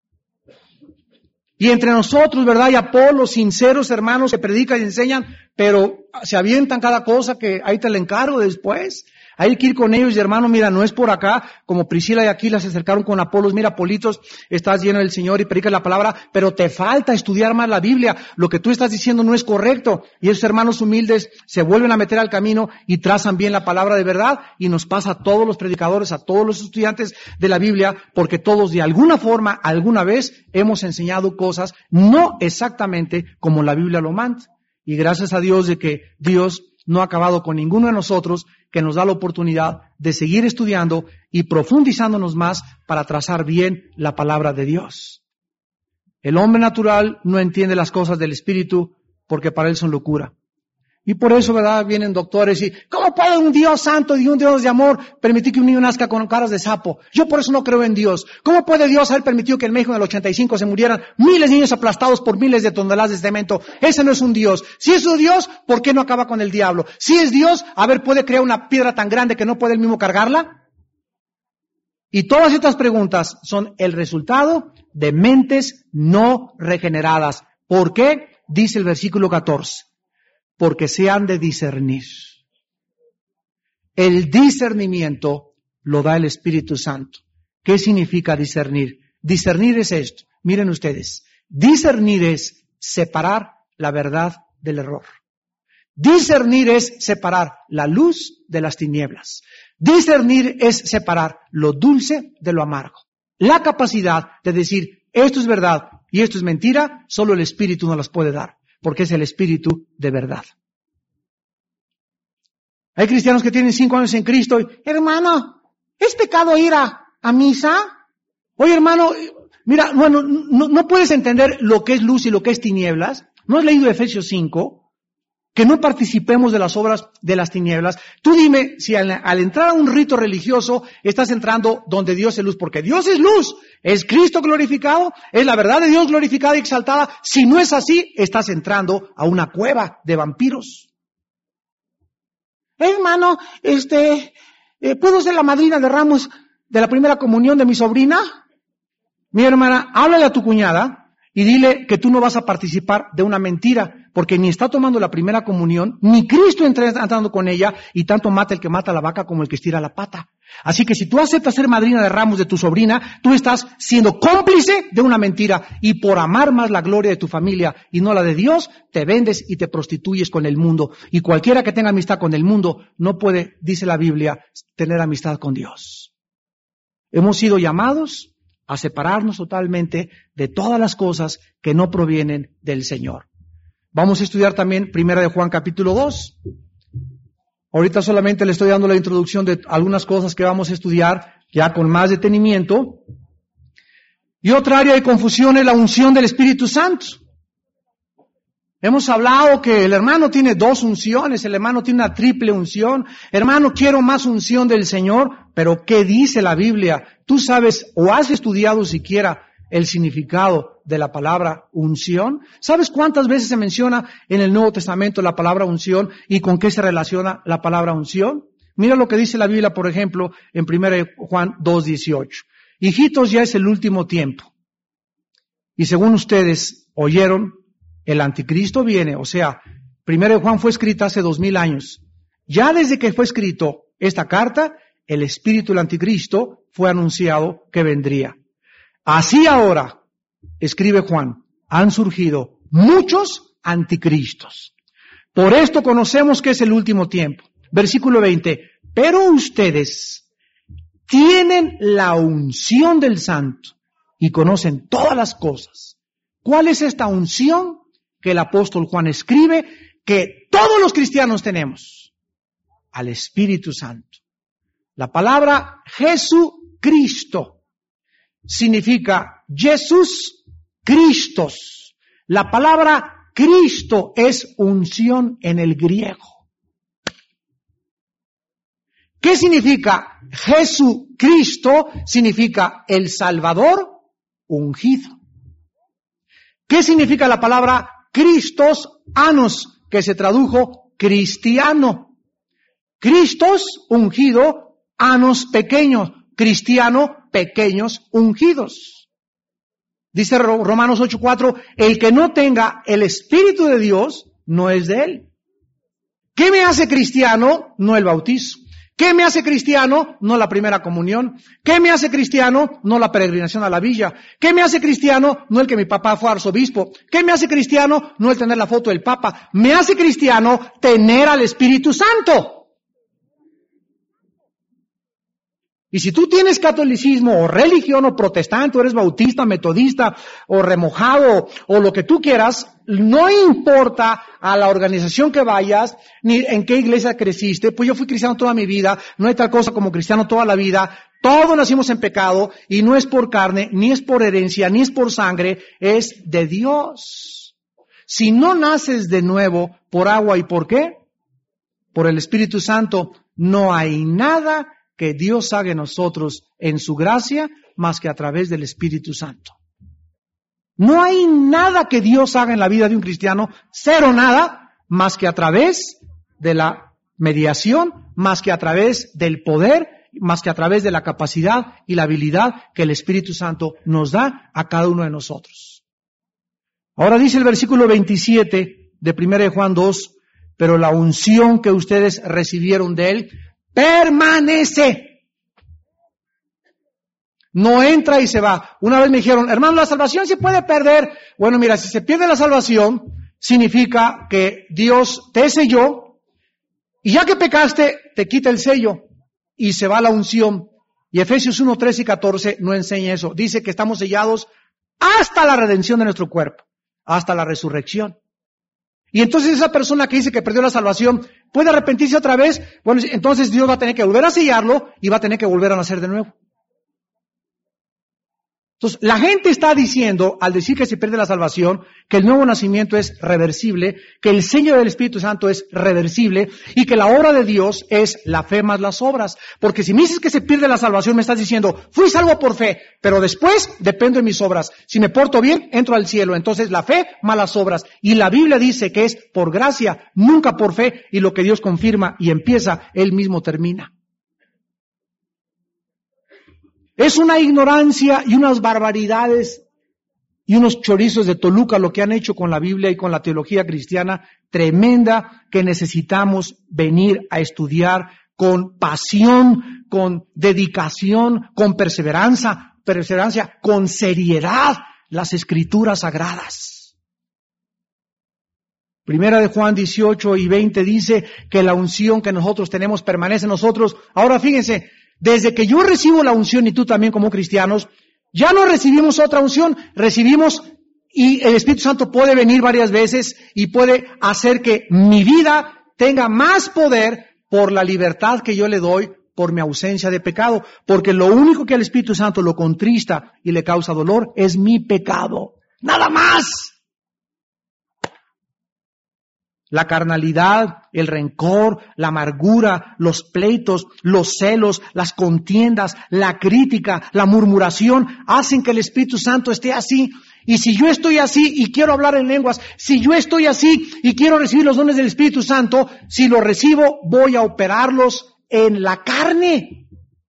Y entre nosotros, ¿verdad? Y Apolo, sinceros hermanos que predican y enseñan, pero se avientan cada cosa que ahí te la encargo después. Hay que ir con ellos y hermano, mira, no es por acá, como Priscila y Aquila se acercaron con Apolos, mira, Politos, estás lleno del Señor y predicas la palabra, pero te falta estudiar más la Biblia, lo que tú estás diciendo no es correcto. Y esos hermanos humildes se vuelven a meter al camino y trazan bien la palabra de verdad, y nos pasa a todos los predicadores, a todos los estudiantes de la Biblia, porque todos de alguna forma, alguna vez, hemos enseñado cosas no exactamente como la Biblia lo manda. Y gracias a Dios de que Dios no ha acabado con ninguno de nosotros, que nos da la oportunidad de seguir estudiando y profundizándonos más para trazar bien la palabra de Dios. El hombre natural no entiende las cosas del Espíritu porque para él son locura. Y por eso, ¿verdad? Vienen doctores y, ¿cómo puede un Dios santo y un Dios de amor permitir que un niño nazca con caras de sapo? Yo por eso no creo en Dios. ¿Cómo puede Dios haber permitido que en México en el 85 se murieran miles de niños aplastados por miles de toneladas de cemento? Ese no es un Dios. Si es un Dios, ¿por qué no acaba con el diablo? Si es Dios, a ver, ¿puede crear una piedra tan grande que no puede él mismo cargarla? Y todas estas preguntas son el resultado de mentes no regeneradas. ¿Por qué? Dice el versículo 14. Porque se han de discernir. El discernimiento lo da el Espíritu Santo. ¿Qué significa discernir? Discernir es esto. Miren ustedes. Discernir es separar la verdad del error. Discernir es separar la luz de las tinieblas. Discernir es separar lo dulce de lo amargo. La capacidad de decir esto es verdad y esto es mentira, solo el Espíritu nos las puede dar. Porque es el Espíritu de verdad. Hay cristianos que tienen 5 años en Cristo y, hermano, ¿es pecado ir a misa? Oye, hermano, mira, bueno, no puedes entender lo que es luz y lo que es tinieblas. ¿No has leído Efesios 5? Que no participemos de las obras de las tinieblas. Tú dime si al entrar a un rito religioso estás entrando donde Dios es luz, porque Dios es luz, es Cristo glorificado, es la verdad de Dios glorificada y exaltada. Si no es así, estás entrando a una cueva de vampiros. Hermano, ¿puedo ser la madrina de ramos de la primera comunión de mi sobrina? Mi hermana, háblale a tu cuñada y dile que tú no vas a participar de una mentira, porque ni está tomando la primera comunión, ni Cristo entrando con ella, y tanto mata el que mata la vaca como el que estira la pata. Así que si tú aceptas ser madrina de ramos de tu sobrina, tú estás siendo cómplice de una mentira, y por amar más la gloria de tu familia y no la de Dios, te vendes y te prostituyes con el mundo. Y cualquiera que tenga amistad con el mundo no puede, dice la Biblia, tener amistad con Dios. Hemos sido llamados a separarnos totalmente de todas las cosas que no provienen del Señor. Vamos a estudiar también 1 Juan capítulo 2. Ahorita solamente le estoy dando la introducción de algunas cosas que vamos a estudiar ya con más detenimiento. Y otra área de confusión es la unción del Espíritu Santo. Hemos hablado que el hermano tiene 2 unciones, el hermano tiene una triple unción. Hermano, quiero más unción del Señor, pero ¿qué dice la Biblia? Tú sabes o has estudiado siquiera el significado de la palabra unción. ¿Sabes cuántas veces se menciona en el Nuevo Testamento la palabra unción y con qué se relaciona la palabra unción? Mira lo que dice la Biblia, por ejemplo, en 1 Juan 2:18. Hijitos, ya es el último tiempo. Y según ustedes oyeron, el anticristo viene, o sea, 1 Juan fue escrita hace 2000 años. Ya desde que fue escrito esta carta, el espíritu del anticristo fue anunciado que vendría. Así ahora, escribe Juan, han surgido muchos anticristos. Por esto conocemos que es el último tiempo. Versículo 20, pero ustedes tienen la unción del Santo y conocen todas las cosas. ¿Cuál es esta unción que el apóstol Juan escribe que todos los cristianos tenemos? Al Espíritu Santo. La palabra Jesucristo significa Jesús Cristos. La palabra Cristo es unción en el griego. ¿Qué significa Jesucristo? Significa el Salvador ungido. ¿Qué significa la palabra Christos anos, que se tradujo cristiano? Cristos, ungido, anos, pequeños, cristiano, pequeños, ungidos. Dice Romanos 8:4, el que no tenga el Espíritu de Dios no es de él. ¿Qué me hace cristiano? No el bautizo. ¿Qué me hace cristiano? No la primera comunión. ¿Qué me hace cristiano? No la peregrinación a la villa. ¿Qué me hace cristiano? No el que mi papá fue arzobispo. ¿Qué me hace cristiano? No el tener la foto del Papa. Me hace cristiano tener al Espíritu Santo. Y si tú tienes catolicismo o religión o protestante, o eres bautista, metodista o remojado o lo que tú quieras, no importa a la organización que vayas, ni en qué iglesia creciste, pues yo fui cristiano toda mi vida, no hay tal cosa como cristiano toda la vida, todos nacimos en pecado y no es por carne, ni es por herencia, ni es por sangre, es de Dios. Si no naces de nuevo por agua y por qué, por el Espíritu Santo, no hay nada que Dios haga en nosotros en su gracia más que a través del Espíritu Santo. No hay nada que Dios haga en la vida de un cristiano, cero nada, más que a través de la mediación, más que a través del poder, más que a través de la capacidad y la habilidad que el Espíritu Santo nos da a cada uno de nosotros. Ahora dice el versículo 27 de 1 Juan 2, pero la unción que ustedes recibieron de Él permanece. No entra y se va. Una vez me dijeron, hermano, la salvación se puede perder. Bueno, mira, si se pierde la salvación, significa que Dios te selló y ya que pecaste, te quita el sello y se va la unción. Y Efesios 1, 13 y 14 no enseña eso. Dice que estamos sellados hasta la redención de nuestro cuerpo, hasta la resurrección. Y entonces esa persona que dice que perdió la salvación, ¿puede arrepentirse otra vez? Bueno, entonces Dios va a tener que volver a sellarlo y va a tener que volver a nacer de nuevo. Entonces, la gente está diciendo, al decir que se pierde la salvación, que el nuevo nacimiento es reversible, que el sello del Espíritu Santo es reversible y que la obra de Dios es la fe más las obras. Porque si me dices que se pierde la salvación, me estás diciendo, fui salvo por fe, pero después dependo de mis obras. Si me porto bien, entro al cielo. Entonces la fe más las obras. Y la Biblia dice que es por gracia, nunca por fe, y lo que Dios confirma y empieza, Él mismo termina. Es una ignorancia y unas barbaridades y unos chorizos de Toluca lo que han hecho con la Biblia y con la teología cristiana tremenda que necesitamos venir a estudiar con pasión, con dedicación, con perseverancia, con seriedad las Escrituras sagradas. Primera de Juan 18 y 20 dice que la unción que nosotros tenemos permanece en nosotros. Ahora fíjense, desde que yo recibo la unción y tú también como cristianos, ya no recibimos otra unción, recibimos y el Espíritu Santo puede venir varias veces y puede hacer que mi vida tenga más poder por la libertad que yo le doy por mi ausencia de pecado, porque lo único que al Espíritu Santo lo contrista y le causa dolor es mi pecado, nada más. La carnalidad, el rencor, la amargura, los pleitos, los celos, las contiendas, la crítica, la murmuración, hacen que el Espíritu Santo esté así. Y si yo estoy así y quiero hablar en lenguas, si yo estoy así y quiero recibir los dones del Espíritu Santo, si los recibo, voy a operarlos en la carne.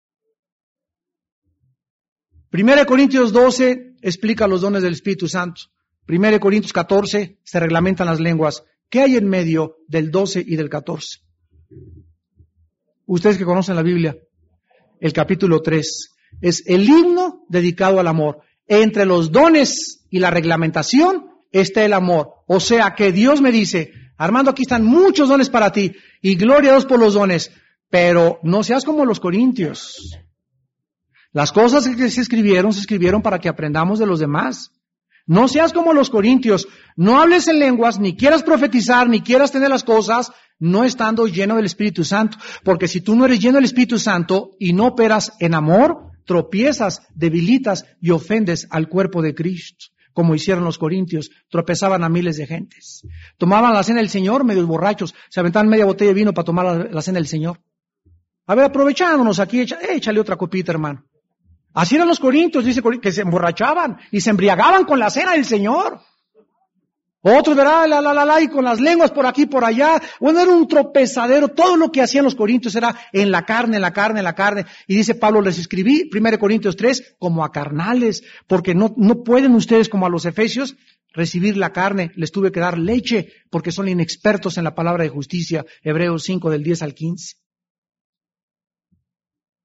1 Corintios 12 explica los dones del Espíritu Santo. 1 Corintios 14 se reglamentan las lenguas. ¿Qué hay en medio del 12 y del 14? Ustedes que conocen la Biblia, el capítulo 3 es el himno dedicado al amor. Entre los dones y la reglamentación está el amor. O sea que Dios me dice, Armando, aquí están muchos dones para ti y gloria a Dios por los dones, pero no seas como los corintios. Las cosas que se escribieron para que aprendamos de los demás. No seas como los corintios, no hables en lenguas, ni quieras profetizar, ni quieras tener las cosas, no estando lleno del Espíritu Santo. Porque si tú no eres lleno del Espíritu Santo y no operas en amor, tropiezas, debilitas y ofendes al cuerpo de Cristo, como hicieron los corintios, tropezaban a miles de gentes. Tomaban la cena del Señor, medios borrachos, se aventaban media botella de vino para tomar la cena del Señor. A ver, aprovechándonos aquí, échale otra copita, hermano. Así eran los corintios, dice que se emborrachaban y se embriagaban con la cena del Señor. Otros, ¿verdad? Y con las lenguas por aquí, por allá. Bueno, era un tropezadero. Todo lo que hacían los corintios era en la carne. Y dice Pablo, les escribí, 1 Corintios 3, como a carnales, porque no pueden ustedes, como a los efesios, recibir la carne. Les tuve que dar leche, porque son inexpertos en la palabra de justicia. Hebreos 5, del 10 al 15.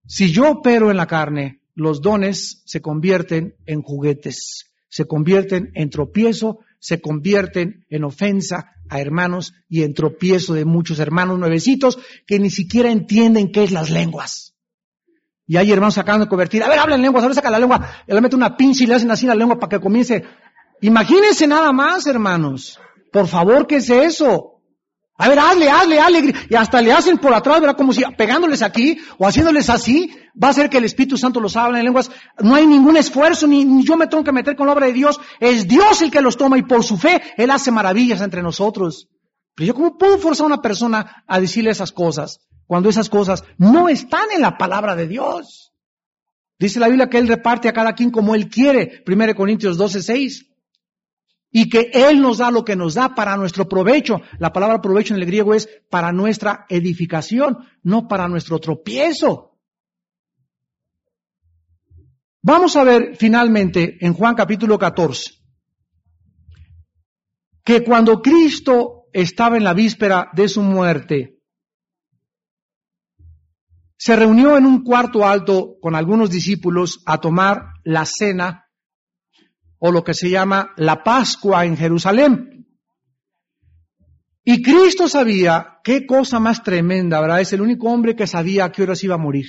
Si yo opero en la carne, los dones se convierten en juguetes, se convierten en tropiezo, se convierten en ofensa a hermanos y en tropiezo de muchos hermanos nuevecitos que ni siquiera entienden qué es las lenguas. Y hay hermanos acabando de convertir, a ver, hablen lenguas, a ver, saca la lengua, y le mete una pinza y le hacen así la lengua para que comience. Imagínense nada más, hermanos. Por favor, ¿qué es eso? A ver, hazle, y hasta le hacen por atrás, ¿verdad? Como si pegándoles aquí o haciéndoles así, va a hacer que el Espíritu Santo los hable en lenguas. No hay ningún esfuerzo, ni yo me tengo que meter con la obra de Dios. Es Dios el que los toma y por su fe Él hace maravillas entre nosotros. Pero yo, ¿cómo puedo forzar a una persona a decirle esas cosas cuando esas cosas no están en la palabra de Dios? Dice la Biblia que Él reparte a cada quien como Él quiere. 1 Corintios 12:6. Y que Él nos da lo que nos da para nuestro provecho. La palabra provecho en el griego es para nuestra edificación, no para nuestro tropiezo. Vamos a ver finalmente en Juan capítulo 14, que cuando Cristo estaba en la víspera de su muerte, se reunió en un cuarto alto con algunos discípulos a tomar la cena, o lo que se llama la Pascua en Jerusalén. Y Cristo sabía, qué cosa más tremenda, ¿verdad? Es el único hombre que sabía a qué horas iba a morir.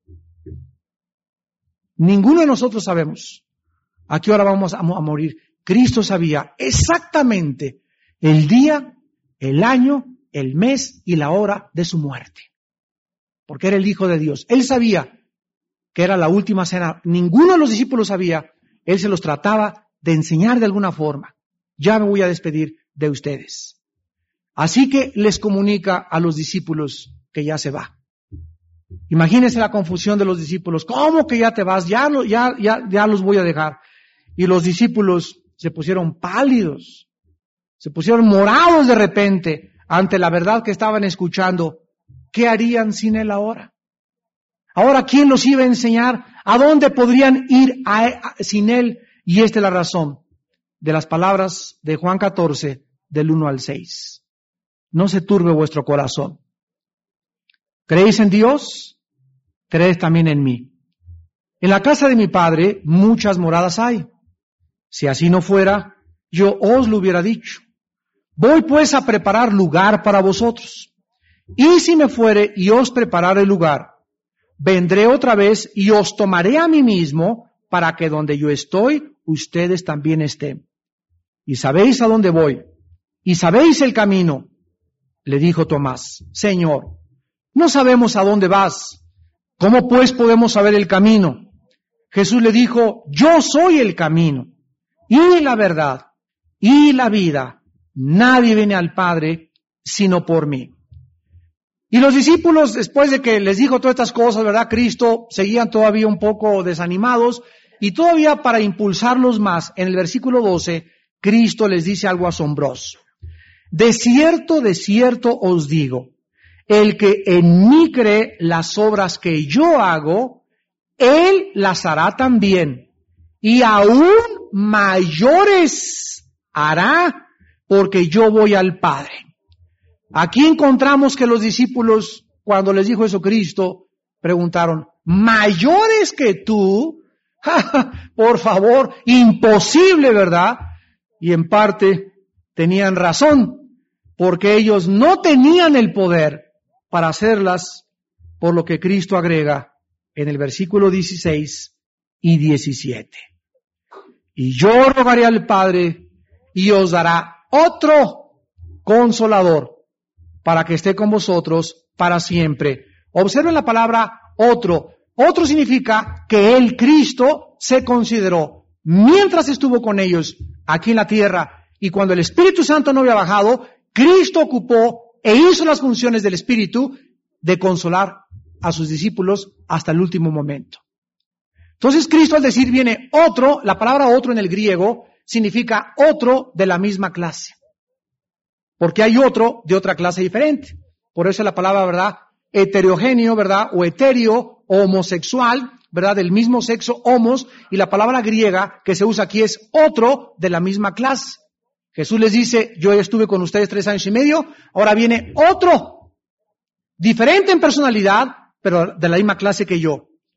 Ninguno de nosotros sabemos a qué hora vamos a morir. Cristo sabía exactamente el día, el año, el mes y la hora de su muerte. Porque era el Hijo de Dios. Él sabía que era la última cena. Ninguno de los discípulos sabía. Él se los trataba de enseñar de alguna forma. Ya me voy a despedir de ustedes. Así que les comunica a los discípulos que ya se va. Imagínense la confusión de los discípulos. ¿Cómo que ya te vas? Ya los voy a dejar. Y los discípulos se pusieron pálidos, se pusieron morados de repente ante la verdad que estaban escuchando. ¿Qué harían sin Él ahora? Ahora, ¿quién los iba a enseñar? ¿A dónde podrían ir sin Él? Y esta es la razón de las palabras de Juan 14, del 1 al 6. No se turbe vuestro corazón. ¿Creéis en Dios? Creed también en mí. En la casa de mi Padre muchas moradas hay. Si así no fuera, yo os lo hubiera dicho. Voy pues a preparar lugar para vosotros. Y si me fuere y os preparare el lugar, vendré otra vez y os tomaré a mí mismo, para que donde yo estoy, ustedes también estén. Y sabéis a dónde voy, y sabéis el camino. Le dijo Tomás, Señor, no sabemos a dónde vas. ¿Cómo pues podemos saber el camino? Jesús le dijo, yo soy el camino, y la verdad, y la vida. Nadie viene al Padre, sino por mí. Y los discípulos, después de que les dijo todas estas cosas, ¿verdad? Cristo, seguían todavía un poco desanimados, y todavía para impulsarlos más, en el versículo 12, Cristo les dice algo asombroso. De cierto os digo, el que en mí cree las obras que yo hago, él las hará también, y aún mayores hará, porque yo voy al Padre. Aquí encontramos que los discípulos, cuando les dijo eso Cristo, preguntaron, ¿mayores que tú? Por favor, imposible, ¿verdad? Y en parte tenían razón, porque ellos no tenían el poder para hacerlas, por lo que Cristo agrega en el versículo 16 y 17. Y yo rogaré al Padre y os dará otro Consolador, para que esté con vosotros para siempre. Observen la palabra otro. Otro significa que Él, Cristo, se consideró mientras estuvo con ellos aquí en la tierra, y cuando el Espíritu Santo no había bajado, Cristo ocupó e hizo las funciones del Espíritu de consolar a sus discípulos hasta el último momento. Entonces Cristo, al decir viene otro, la palabra otro en el griego significa otro de la misma clase. Porque hay otro de otra clase diferente. Por eso la palabra, ¿verdad? Heterogéneo, ¿verdad? O etéreo, o homosexual, ¿verdad? Del mismo sexo, homos. Y la palabra griega que se usa aquí es otro de la misma clase. Jesús les dice, yo estuve con ustedes 3 años y medio, ahora viene otro. Diferente en personalidad, pero de la misma clase que yo.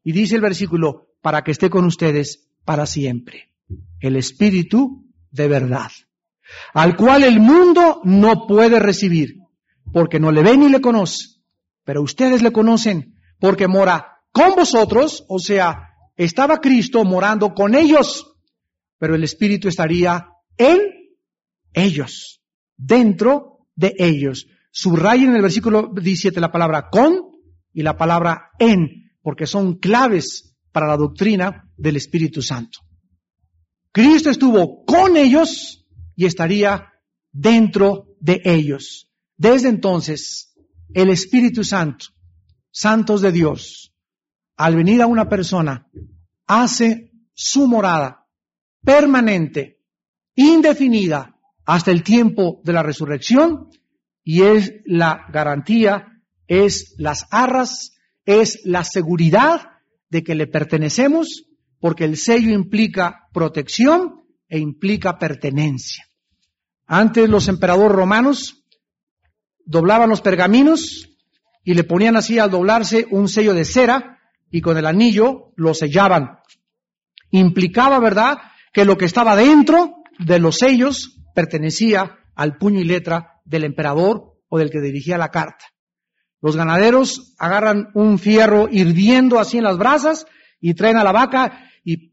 Y dice el versículo, para que esté con ustedes para siempre. El Espíritu de verdad, al cual el mundo no puede recibir, porque no le ve ni le conoce. Pero ustedes le conocen, porque mora con vosotros, o sea, estaba Cristo morando con ellos, pero el Espíritu estaría en ellos, dentro de ellos. Subrayen en el versículo 17 la palabra con y la palabra en, porque son claves para la doctrina del Espíritu Santo. Cristo estuvo con ellos y estaría dentro de ellos. Desde entonces, el Espíritu Santo, santos de Dios, al venir a una persona, hace su morada permanente, indefinida, hasta el tiempo de la resurrección, y es la garantía, es las arras, es la seguridad de que le pertenecemos, porque el sello implica protección e implica pertenencia. Antes los emperadores romanos doblaban los pergaminos y le ponían así al doblarse un sello de cera y con el anillo lo sellaban. Implicaba, ¿verdad?, que lo que estaba dentro de los sellos pertenecía al puño y letra del emperador o del que dirigía la carta. Los ganaderos agarran un fierro hirviendo así en las brasas y traen a la vaca y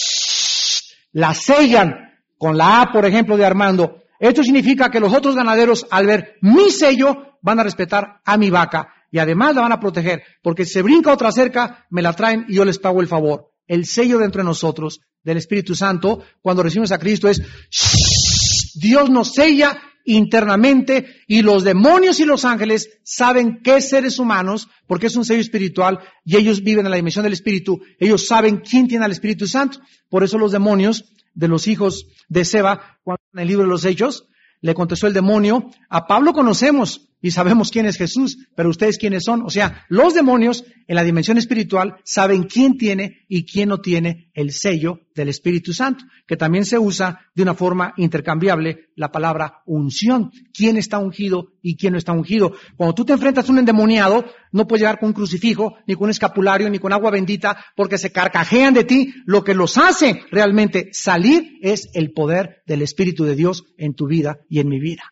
la sellan con la A, por ejemplo, de Armando. Esto significa que los otros ganaderos, al ver mi sello, van a respetar a mi vaca y además la van a proteger, porque si se brinca otra cerca, me la traen y yo les pago el favor. El sello dentro de nosotros del Espíritu Santo, cuando recibimos a Cristo, es Dios nos sella internamente y los demonios y los ángeles saben qué seres humanos, porque es un sello espiritual y ellos viven en la dimensión del Espíritu, ellos saben quién tiene al Espíritu Santo. Por eso los demonios de los hijos de Seba, cuando en el libro de los Hechos, le contestó el demonio, a Pablo conocemos y sabemos quién es Jesús, pero ustedes quiénes son. O sea, los demonios en la dimensión espiritual saben quién tiene y quién no tiene el sello del Espíritu Santo, que también se usa de una forma intercambiable la palabra unción. ¿Quién está ungido y quién no está ungido? Cuando tú te enfrentas a un endemoniado, no puedes llegar con un crucifijo, ni con un escapulario, ni con agua bendita, porque se carcajean de ti. Lo que los hace realmente salir es el poder del Espíritu de Dios en tu vida y en mi vida.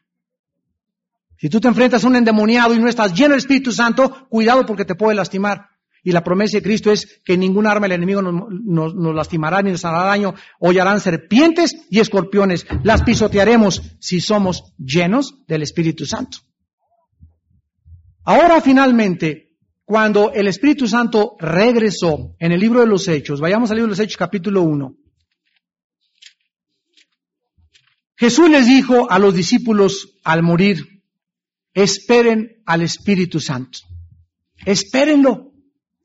Si tú te enfrentas a un endemoniado y no estás lleno del Espíritu Santo, cuidado porque te puede lastimar. Y la promesa de Cristo es que ningún arma del enemigo nos lastimará ni nos hará daño. Hollarán serpientes y escorpiones. Las pisotearemos si somos llenos del Espíritu Santo. Ahora finalmente, cuando el Espíritu Santo regresó en el libro de los Hechos, vayamos al libro de los Hechos capítulo 1. Jesús les dijo a los discípulos al morir, esperen al Espíritu Santo. Espérenlo.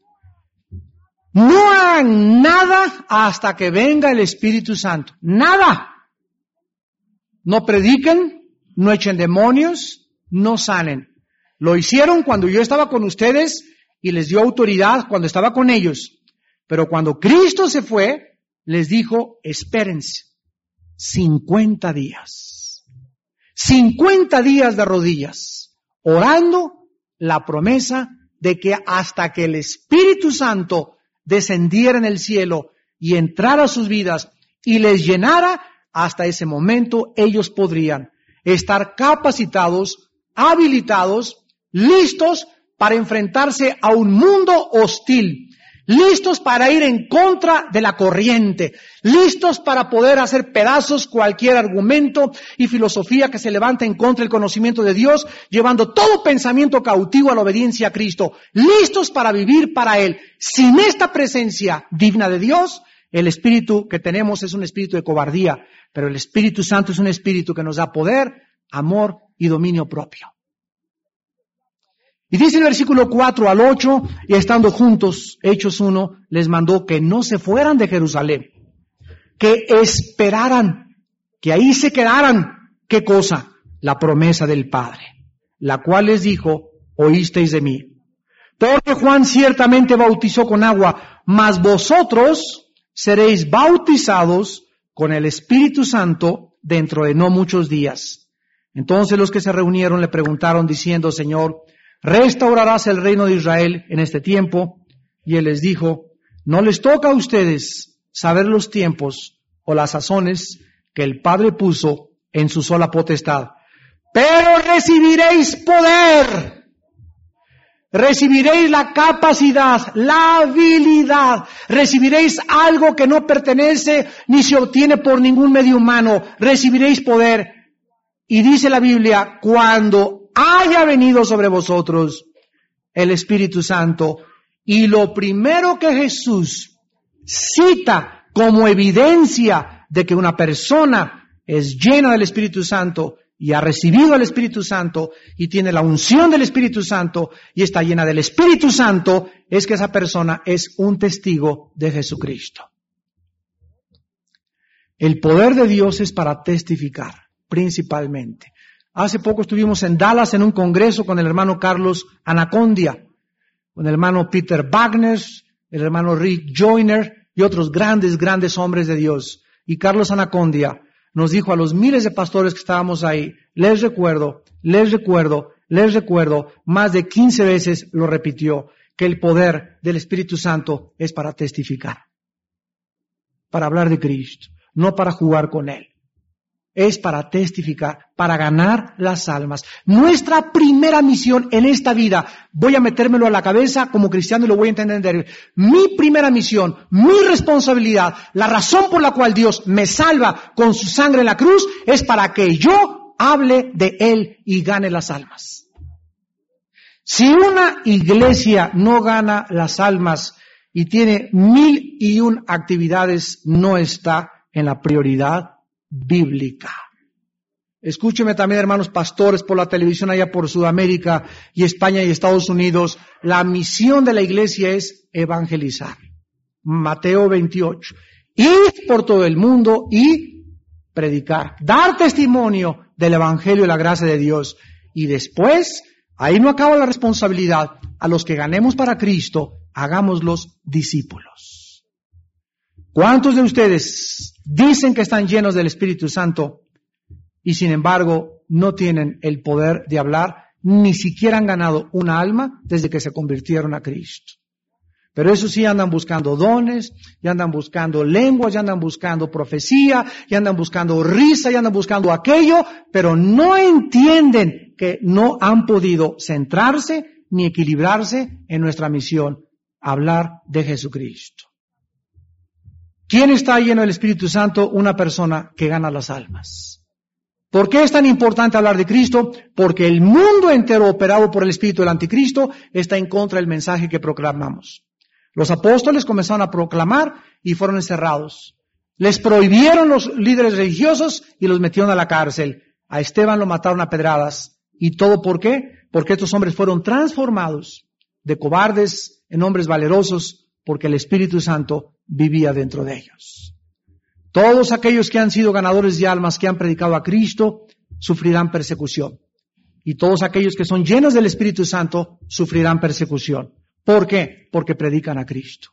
No hagan nada hasta que venga el Espíritu Santo. Nada. No prediquen, no echen demonios, no sanen. Lo hicieron cuando yo estaba con ustedes y les dio autoridad cuando estaba con ellos. Pero cuando Cristo se fue, les dijo, espérense 50 días. 50 días de rodillas, orando la promesa de que hasta que el Espíritu Santo descendiera en el cielo y entrara a sus vidas y les llenara, hasta ese momento ellos podrían estar capacitados, habilitados, listos para enfrentarse a un mundo hostil, listos para ir en contra de la corriente, listos para poder hacer pedazos cualquier argumento y filosofía que se levante en contra del conocimiento de Dios, llevando todo pensamiento cautivo a la obediencia a Cristo, listos para vivir para Él. Sin esta presencia digna de Dios, el espíritu que tenemos es un espíritu de cobardía, pero el Espíritu Santo es un espíritu que nos da poder, amor y dominio propio. Y dice el versículo 4 al 8, y estando juntos, Hechos 1, les mandó que no se fueran de Jerusalén, que esperaran, que ahí se quedaran. ¿Qué cosa? La promesa del Padre, la cual les dijo, oísteis de mí. Porque Juan ciertamente bautizó con agua, mas vosotros seréis bautizados con el Espíritu Santo dentro de no muchos días. Entonces los que se reunieron le preguntaron diciendo, Señor, ¿restaurarás el reino de Israel en este tiempo? Y él les dijo, No les toca a ustedes saber los tiempos o las sazones que el Padre puso en su sola potestad. Pero recibiréis poder. Recibiréis la capacidad, la habilidad. Recibiréis algo que no pertenece ni se obtiene por ningún medio humano. Recibiréis poder. Y dice la Biblia, cuando haya venido sobre vosotros el Espíritu Santo. Y lo primero que Jesús cita como evidencia de que una persona es llena del Espíritu Santo y ha recibido el Espíritu Santo y tiene la unción del Espíritu Santo y está llena del Espíritu Santo, es que esa persona es un testigo de Jesucristo. El poder de Dios es para testificar, principalmente. Hace poco estuvimos en Dallas en un congreso con el hermano Carlos Anacondia, con el hermano Peter Wagner, el hermano Rick Joyner y otros grandes hombres de Dios. Y Carlos Anacondia nos dijo a los miles de pastores que estábamos ahí, les recuerdo, más de 15 veces lo repitió, que el poder del Espíritu Santo es para testificar, para hablar de Cristo, no para jugar con Él. Es para testificar, para ganar las almas. Nuestra primera misión en esta vida, voy a metérmelo a la cabeza como cristiano y lo voy a entender. Mi primera misión, mi responsabilidad, la razón por la cual Dios me salva con su sangre en la cruz, es para que yo hable de Él y gane las almas. Si una iglesia no gana las almas y tiene 1001 actividades, no está en la prioridad bíblica. Escúcheme también, hermanos pastores, por la televisión allá por Sudamérica y España y Estados Unidos. La misión de la iglesia es evangelizar. Mateo 28. Ir por todo el mundo y predicar. Dar testimonio del evangelio y la gracia de Dios. Y después, ahí no acaba la responsabilidad. A los que ganemos para Cristo, hagámoslos discípulos. ¿Cuántos de ustedes dicen que están llenos del Espíritu Santo y sin embargo no tienen el poder de hablar, ni siquiera han ganado una alma desde que se convirtieron a Cristo? Pero eso sí, andan buscando dones, y andan buscando lenguas, y andan buscando profecía, y andan buscando risa, y andan buscando aquello, pero no entienden que no han podido centrarse ni equilibrarse en nuestra misión, hablar de Jesucristo. ¿Quién está lleno del Espíritu Santo? Una persona que gana las almas. ¿Por qué es tan importante hablar de Cristo? Porque el mundo entero operado por el espíritu del anticristo está en contra del mensaje que proclamamos. Los apóstoles comenzaron a proclamar y fueron encerrados. Les prohibieron los líderes religiosos y los metieron a la cárcel. A Esteban lo mataron a pedradas. ¿Y todo por qué? Porque estos hombres fueron transformados de cobardes en hombres valerosos, porque el Espíritu Santo vivía dentro de ellos. Todos aquellos que han sido ganadores de almas, que han predicado a Cristo, sufrirán persecución. Y todos aquellos que son llenos del Espíritu Santo, sufrirán persecución. ¿Por qué? Porque predican a Cristo.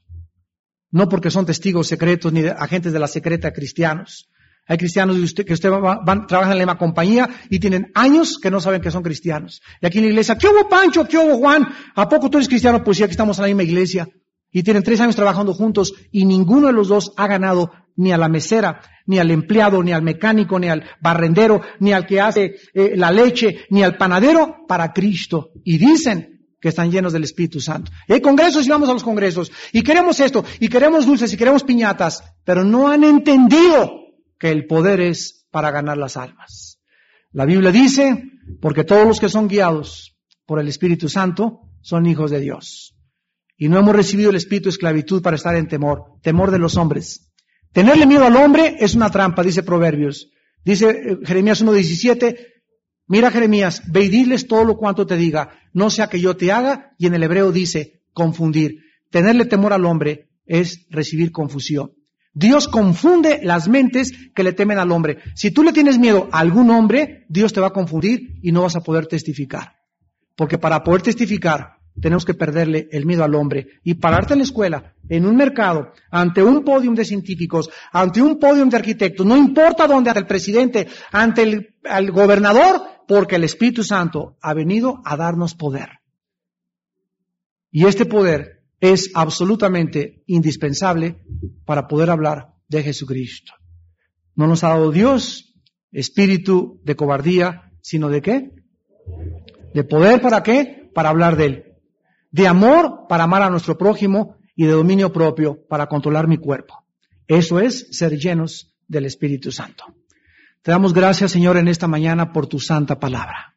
No porque son testigos secretos ni agentes de la secreta cristianos. Hay cristianos que trabajan en la misma compañía y tienen años que no saben que son cristianos. Y aquí en la iglesia, ¿qué hubo Pancho? ¿Qué hubo Juan? ¿A poco tú eres cristiano? Pues sí, aquí estamos en la misma iglesia. Y tienen 3 años trabajando juntos y ninguno de los dos ha ganado ni a la mesera, ni al empleado, ni al mecánico, ni al barrendero, ni al que hace la leche, ni al panadero para Cristo. Y dicen que están llenos del Espíritu Santo. Y hay congresos y vamos a los congresos. Y queremos esto, y queremos dulces, y queremos piñatas. Pero no han entendido que el poder es para ganar las almas. La Biblia dice, porque todos los que son guiados por el Espíritu Santo son hijos de Dios. Y no hemos recibido el espíritu de esclavitud para estar en temor de los hombres. Tenerle miedo al hombre es una trampa, dice Proverbios. Dice Jeremías 1:17, mira Jeremías, ve y diles todo lo cuanto te diga, no sea que yo te haga, y en el hebreo dice, confundir. Tenerle temor al hombre es recibir confusión. Dios confunde las mentes que le temen al hombre. Si tú le tienes miedo a algún hombre, Dios te va a confundir y no vas a poder testificar. Porque para poder testificar, tenemos que perderle el miedo al hombre y pararte en la escuela, en un mercado, ante un podium de científicos, ante un podium de arquitectos, no importa dónde, ante el presidente, ante el gobernador, porque el Espíritu Santo ha venido a darnos poder. Y este poder es absolutamente indispensable para poder hablar de Jesucristo. No nos ha dado Dios espíritu de cobardía, sino ¿de qué? De poder, ¿para qué? Para hablar de Él. De amor, para amar a nuestro prójimo, y de dominio propio, para controlar mi cuerpo. Eso es ser llenos del Espíritu Santo. Te damos gracias, Señor, en esta mañana por tu santa palabra.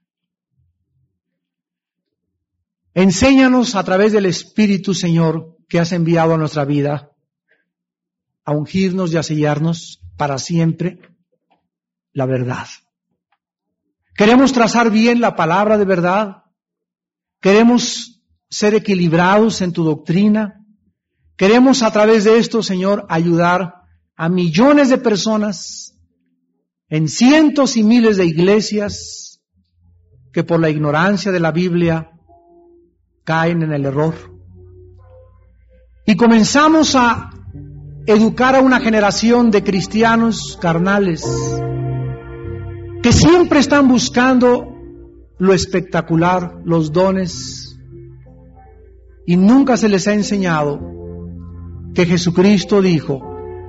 Enséñanos a través del Espíritu, Señor, que has enviado a nuestra vida, a ungirnos y a sellarnos para siempre la verdad. Queremos trazar bien la palabra de verdad. Queremos ser equilibrados en tu doctrina. Queremos a través de esto, Señor, ayudar a millones de personas en cientos y miles de iglesias que por la ignorancia de la Biblia caen en el error. Y comenzamos a educar a una generación de cristianos carnales que siempre están buscando lo espectacular, los dones, y nunca se les ha enseñado que Jesucristo dijo: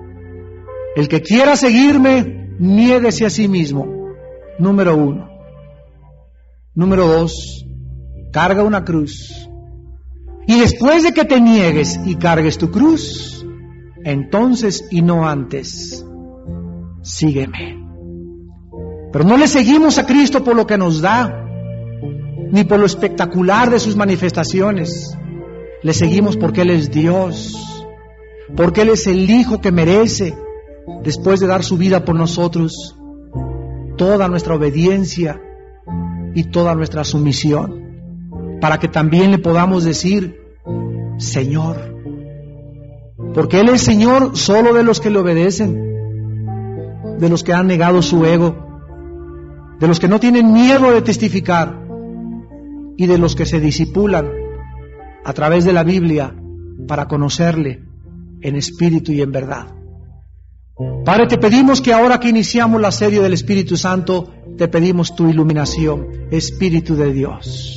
el que quiera seguirme, niéguese a sí mismo. Número 1. Número 2, carga una cruz. Y después de que te niegues y cargues tu cruz, entonces y no antes, sígueme. Pero no le seguimos a Cristo por lo que nos da, ni por lo espectacular de sus manifestaciones. Le seguimos porque Él es Dios, porque Él es el Hijo que merece, después de dar su vida por nosotros, toda nuestra obediencia y toda nuestra sumisión, para que también le podamos decir Señor, porque Él es Señor solo de los que le obedecen, de los que han negado su ego, de los que no tienen miedo de testificar y de los que se disipulan a través de la Biblia para conocerle en espíritu y en verdad. Padre, te pedimos que ahora que iniciamos la serie del Espíritu Santo, te pedimos tu iluminación, Espíritu de Dios.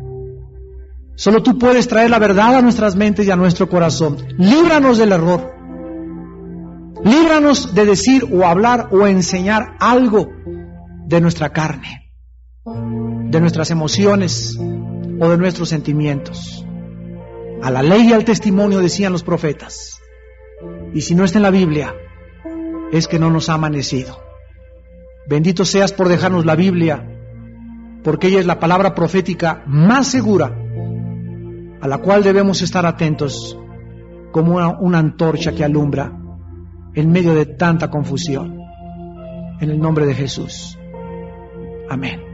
Solo tú puedes traer la verdad a nuestras mentes y a nuestro corazón. Líbranos del error. Líbranos de decir o hablar o enseñar algo de nuestra carne, de nuestras emociones o de nuestros sentimientos. A la ley y al testimonio decían los profetas. Y si no está en la Biblia, es que no nos ha amanecido. Bendito seas por dejarnos la Biblia, porque ella es la palabra profética más segura, a la cual debemos estar atentos como una antorcha que alumbra en medio de tanta confusión. En el nombre de Jesús. Amén.